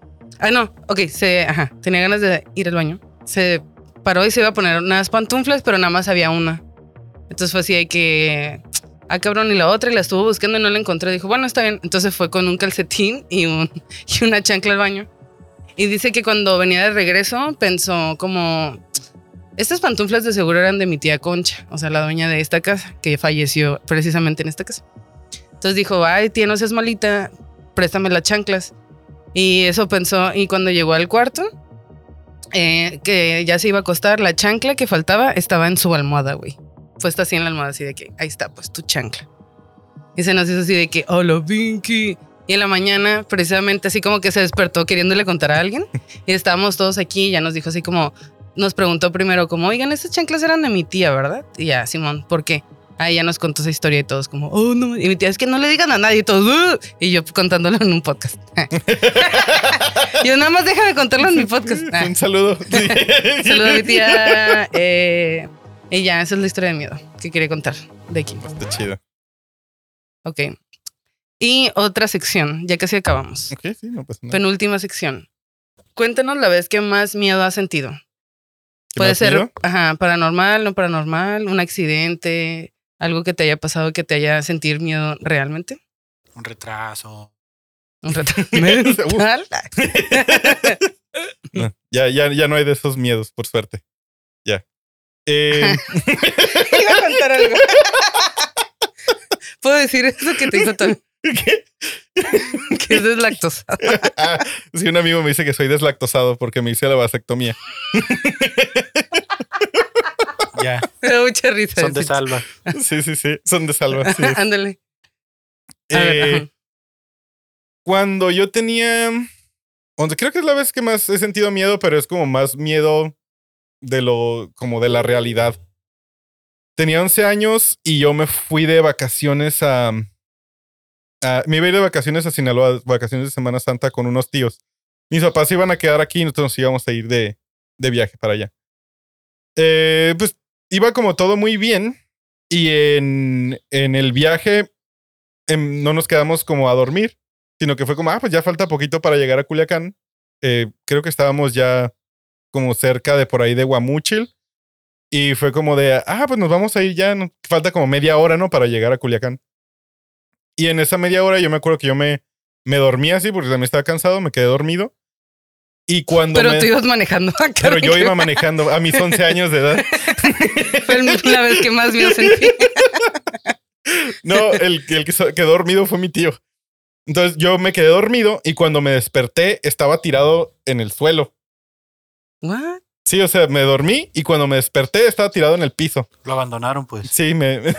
Tenía ganas de ir al baño. Se paró y se iba a poner unas pantuflas, pero nada más había una. Entonces fue así de que, cabrón, y la otra, y la estuvo buscando y no la encontré. Dijo, bueno, está bien. Entonces fue con un calcetín y una chancla al baño. Y dice que cuando venía de regreso pensó como, estas pantuflas de seguro eran de mi tía Concha, o sea, la dueña de esta casa, que falleció precisamente en esta casa. Entonces dijo, ay, tía, no seas malita, préstame las chanclas. Y eso pensó, y cuando llegó al cuarto, que ya se iba a acostar, la chancla que faltaba estaba en su almohada, güey. Puesta así en la almohada, así de que, ahí está, pues tu chancla. Y se nos hizo así de que, hola, Pinky. Y en la mañana, precisamente así como que se despertó queriéndole contar a alguien. Y estábamos todos aquí y ya nos dijo así como, nos preguntó primero como, oigan, estas chanclas eran de mi tía, ¿verdad? Y ya, Simón, ¿por qué? Ahí ya nos contó esa historia y todos como, oh, no. Y mi tía, es que no le digan a nadie y todos, y yo contándolo en un podcast. Yo nada más déjame contarlo en mi podcast. Un saludo. Un saludo a mi tía. Y ya, esa es la historia de miedo que quería contar de aquí. Está chido. Ok. Y otra sección, ya casi acabamos. Ok, sí, no pasa nada. Penúltima sección. Cuéntanos la vez que más miedo has sentido. Puede ser miedo? Paranormal, no paranormal, un accidente, algo que te haya pasado que te haya sentir miedo realmente. Un retraso. Un retraso mental. No, ya no hay de esos miedos, por suerte. Ya. Iba a contar algo. ¿Puedo decir eso que te hizo también? ¿Qué? Que es deslactosado. Sí, un amigo me dice que soy deslactosado porque me hice la vasectomía. Ya. Me da mucha risa. Son de salva. Sí. Son de salva. Sí. Ándale. A ver, Cuando yo tenía... Creo que es la vez que más he sentido miedo, pero es como más miedo como de la realidad. Tenía 11 años y yo me fui de vacaciones me iba a ir de vacaciones a Sinaloa, vacaciones de Semana Santa con unos tíos. Mis papás iban a quedar aquí y nosotros íbamos a ir de viaje para allá. Pues iba como todo muy bien y en el viaje no nos quedamos como a dormir, sino que fue como, pues ya falta poquito para llegar a Culiacán. Creo que estábamos ya como cerca de por ahí de Guamúchil y fue como de, pues nos vamos a ir ya, falta como media hora, ¿no? Para llegar a Culiacán. Y en esa media hora yo me acuerdo que yo me dormí así porque también estaba cansado, me quedé dormido. Y cuando tú ibas manejando. Pero yo iba manejando a mis 11 años de edad. Fue la vez que más miedo sentí. No, el que quedó dormido fue mi tío. Entonces yo me quedé dormido y cuando me desperté estaba tirado en el suelo. ¿What? Sí, o sea, me dormí y cuando me desperté estaba tirado en el piso. Lo abandonaron, pues. Sí,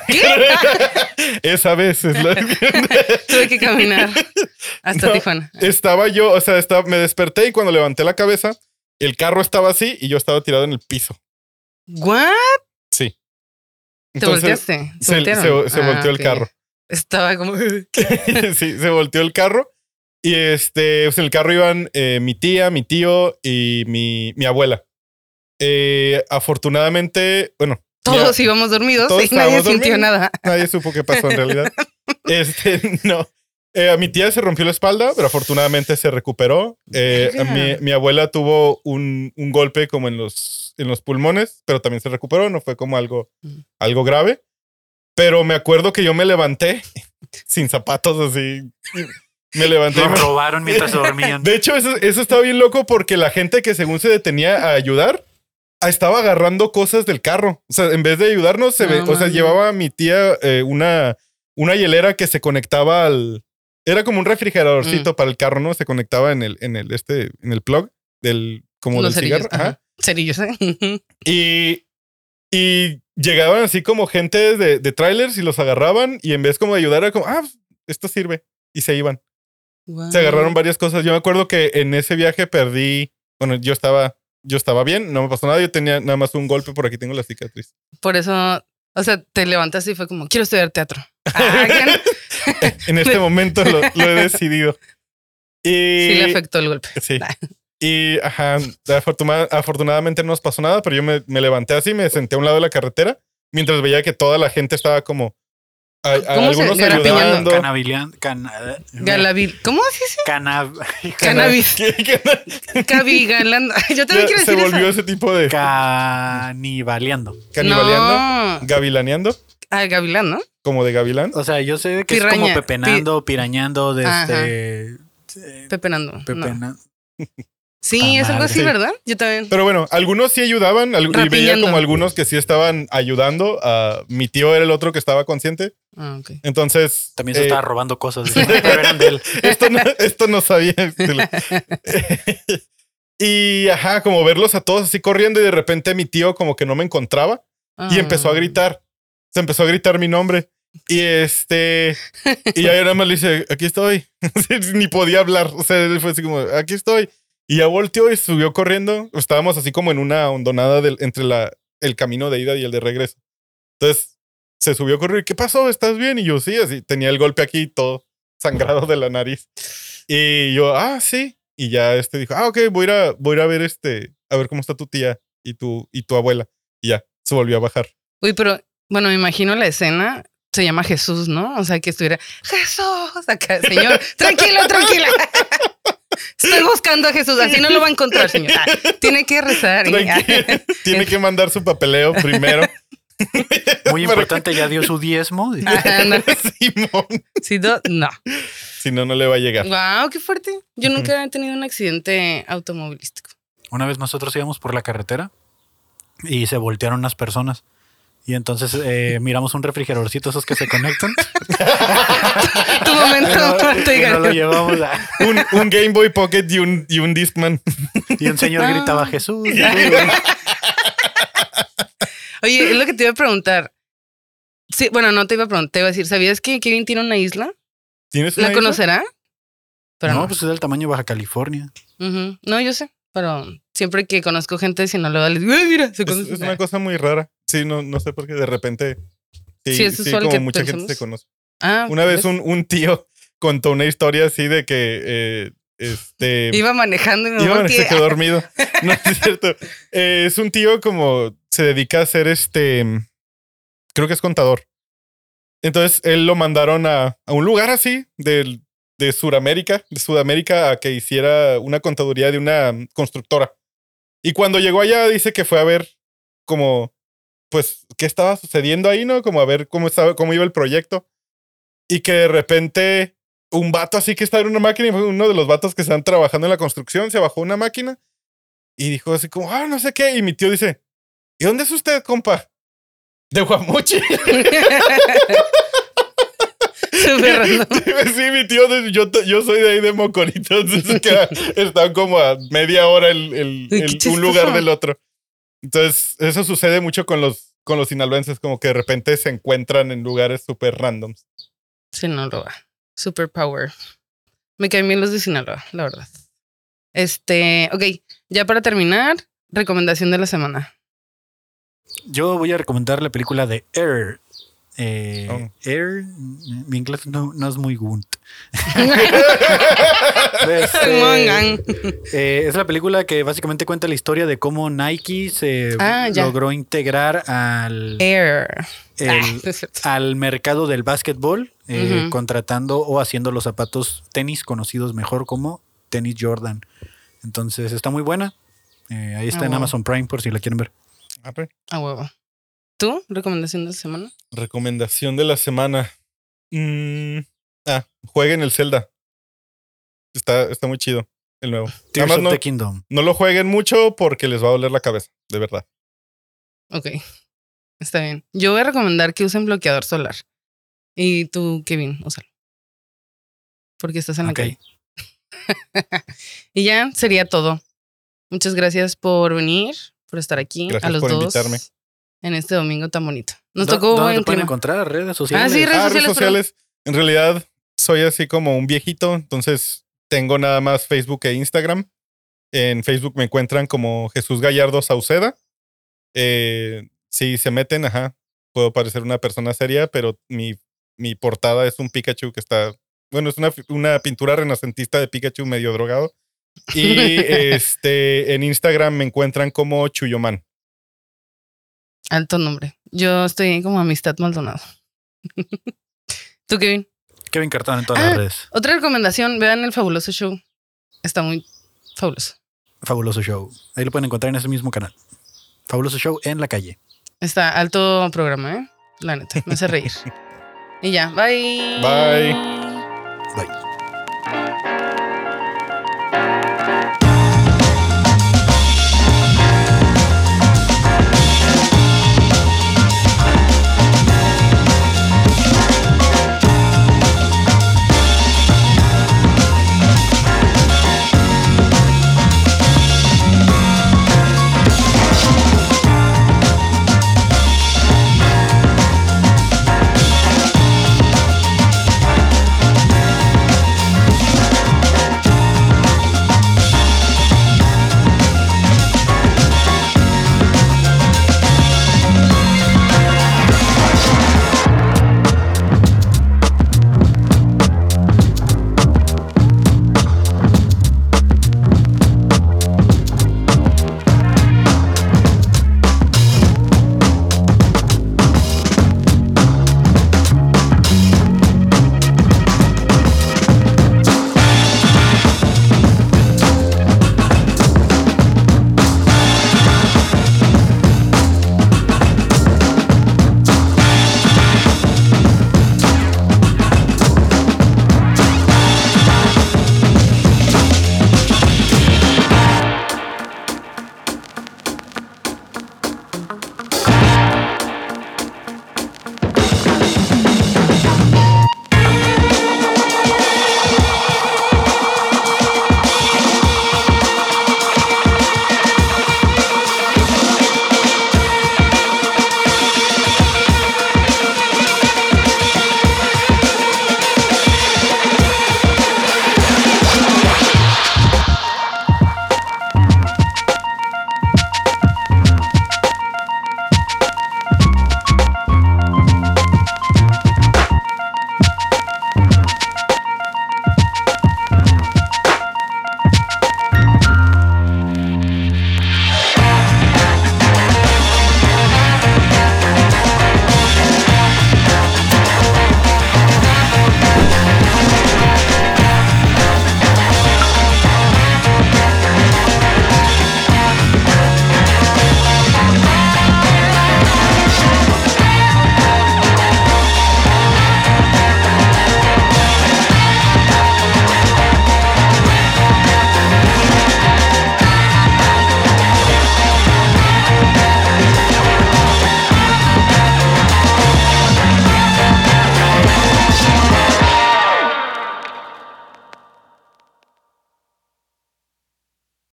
esa vez es la... Tuve que caminar hasta No, Tijuana. Estaba yo, o sea, me desperté y cuando levanté la cabeza, el carro estaba así y yo estaba tirado en el piso. ¿What? Sí. ¿Te volteaste? Se volteó el carro. Estaba como... Sí, se volteó el carro. Y pues en el carro iban mi tía, mi tío y mi abuela. Afortunadamente, bueno. Todos íbamos dormidos y nadie sintió nada. Nadie supo qué pasó en realidad. No. A mi tía se rompió la espalda, pero afortunadamente se recuperó. Mi abuela tuvo un golpe como en los pulmones, pero también se recuperó. No fue como algo grave. Pero me acuerdo que yo me levanté sin zapatos así. Me levanté. Nos robaron mientras dormían. De hecho, eso estaba bien loco porque la gente que según se detenía a ayudar estaba agarrando cosas del carro. O sea, en vez de ayudarnos, llevaba a mi tía una hielera que se conectaba al... Era como un refrigeradorcito para el carro, ¿no? Se conectaba en el plug como los del cigarro. Ajá. Cerillos, ¿eh? Y llegaban así como gente de trailers y los agarraban y en vez como de ayudar era como, esto sirve. Y se iban. Wow. Se agarraron varias cosas. Yo me acuerdo que en ese viaje perdí, bueno, yo estaba bien, no me pasó nada, yo tenía nada más un golpe, por aquí tengo la cicatriz. Por eso, o sea, te levantaste y fue como, quiero estudiar teatro. En este momento lo he decidido. Y sí le afectó el golpe. Sí. Y afortunadamente no nos pasó nada, pero yo me levanté así, me senté a un lado de la carretera mientras veía que toda la gente estaba como algunos ayudando. ¿Cómo se dice? Cannabis. Cabigalando. Yo también quiero decir eso. Se volvió eso. ese tipo de... Canibaleando. ¿Canibaleando? No. ¿Gavilaneando? Gavilán, ¿no? ¿Como de gavilán? O sea, yo sé que es como pepenando, pirañando, Pepenando. No. Sí, es algo así, sí. ¿Verdad? Yo también. Pero bueno, algunos sí ayudaban y veía como algunos que sí estaban ayudando. Mi tío era el otro que estaba consciente. Okay. Entonces... También se estaba robando cosas. Pero eran de él. Esto no sabía. Y como verlos a todos así corriendo y de repente mi tío como que no me encontraba y empezó a gritar. Se empezó a gritar mi nombre. Y y ya nada más le dice, aquí estoy. Ni podía hablar. O sea, él fue así como, aquí estoy. Y ya volteó y subió corriendo. Estábamos así como en una hondonada entre el camino de ida y el de regreso. Entonces se subió a correr. ¿Qué pasó? ¿Estás bien? Y yo, sí, así. Tenía el golpe aquí todo sangrado de la nariz. Y yo, sí. Y ya dijo, ok, voy a ir a ver a ver cómo está tu tía y tu abuela. Y ya, se volvió a bajar. Uy, pero bueno, me imagino la escena. Se llama Jesús, ¿no? O sea, que estuviera, Jesús, acá, señor, tranquila. Estoy buscando a Jesús, así no lo va a encontrar, señor. Tiene que rezar. Tiene que mandar su papeleo primero. Muy importante, ya dio su diezmo. No. Simón. No. Si no, no le va a llegar. Wow, qué fuerte. Yo nunca he tenido un accidente automovilístico. Una vez nosotros íbamos por la carretera y se voltearon unas personas. Y entonces miramos un refrigeradorcito, esos que se conectan. Tu momento. No lo llevamos a... un Game Boy Pocket y un Discman. Y un señor gritaba, Jesús. Oye, es lo que te iba a preguntar. Sí, bueno, no te iba a preguntar, te iba a decir, ¿sabías que Kevin tiene una isla? ¿Tienes una ¿La isla? conocerá? Pero no, pues es del tamaño de Baja California. No, yo sé, pero siempre que conozco gente de Sinaloa les digo, mira, se conoce. Es una cosa muy rara. Sí, no sé por qué de repente. Sí, es usual como que mucha pensamos. gente se conoce. Una vez un tío contó una historia así de que iba manejando y se quedó dormido. No es cierto. Es un tío como se dedica a hacer creo que es contador. Entonces él lo mandaron a un lugar así de Sudamérica a que hiciera una contaduría de una constructora. Y cuando llegó allá dice que fue a ver como pues qué estaba sucediendo ahí, ¿no? Como a ver cómo iba el proyecto. Y que de repente un vato así que estaba en una máquina, y fue uno de los vatos que están trabajando en la construcción, se bajó una máquina y dijo así como, no sé qué. Y mi tío dice, ¿y dónde es usted, compa? De Guamuchi. Súper random. Sí, mi tío, yo soy de ahí de Mocorito, entonces están como a media hora un lugar del otro. Entonces, eso sucede mucho con los sinaloenses, como que de repente se encuentran en lugares súper randoms. Sinaloa. Superpower. Me caen bien los de Sinaloa, la verdad. Ok, ya para terminar, recomendación de la semana. Yo voy a recomendar la película de Air. Air, mi inglés no es muy good. Es la película que básicamente cuenta la historia de cómo Nike se logró integrar al mercado del básquetbol, contratando o haciendo los zapatos tenis conocidos mejor como tenis Jordan. Entonces está muy buena. Ahí está en Amazon Prime por si la quieren ver. Huevo. ¿Tú? ¿Recomendación de la semana? Recomendación de la semana. Jueguen el Zelda. Está muy chido el nuevo. Tears of the Kingdom. No lo jueguen mucho porque les va a doler la cabeza, de verdad. Ok, está bien. Yo voy a recomendar que usen bloqueador solar. Y tú, Kevin, úsalo. Porque estás en la calle. Y ya sería todo. Muchas gracias por venir, por estar aquí. Gracias a los por dos invitarme. En este domingo tan bonito. Nos tocó ¿Dónde buen te pueden clima. encontrar? ¿Redes sociales? Sí, redes sociales. En realidad, soy así como un viejito, entonces tengo nada más Facebook e Instagram. En Facebook me encuentran como Jesús Gallardo Sauceda. Si se meten, puedo parecer una persona seria, pero mi portada es un Pikachu que está... Bueno, es una pintura renacentista de Pikachu medio drogado. Y en Instagram me encuentran como Chuyoman. Alto nombre. Yo estoy como Amistad Maldonado. ¿Tú, Kevin? Kevin Cartón en todas las redes. Otra recomendación, vean el Fabuloso Show. Está muy fabuloso. Fabuloso Show. Ahí lo pueden encontrar en ese mismo canal. Fabuloso Show en la calle. Está alto programa, La neta, me hace reír. Y ya, bye. Bye. Bye.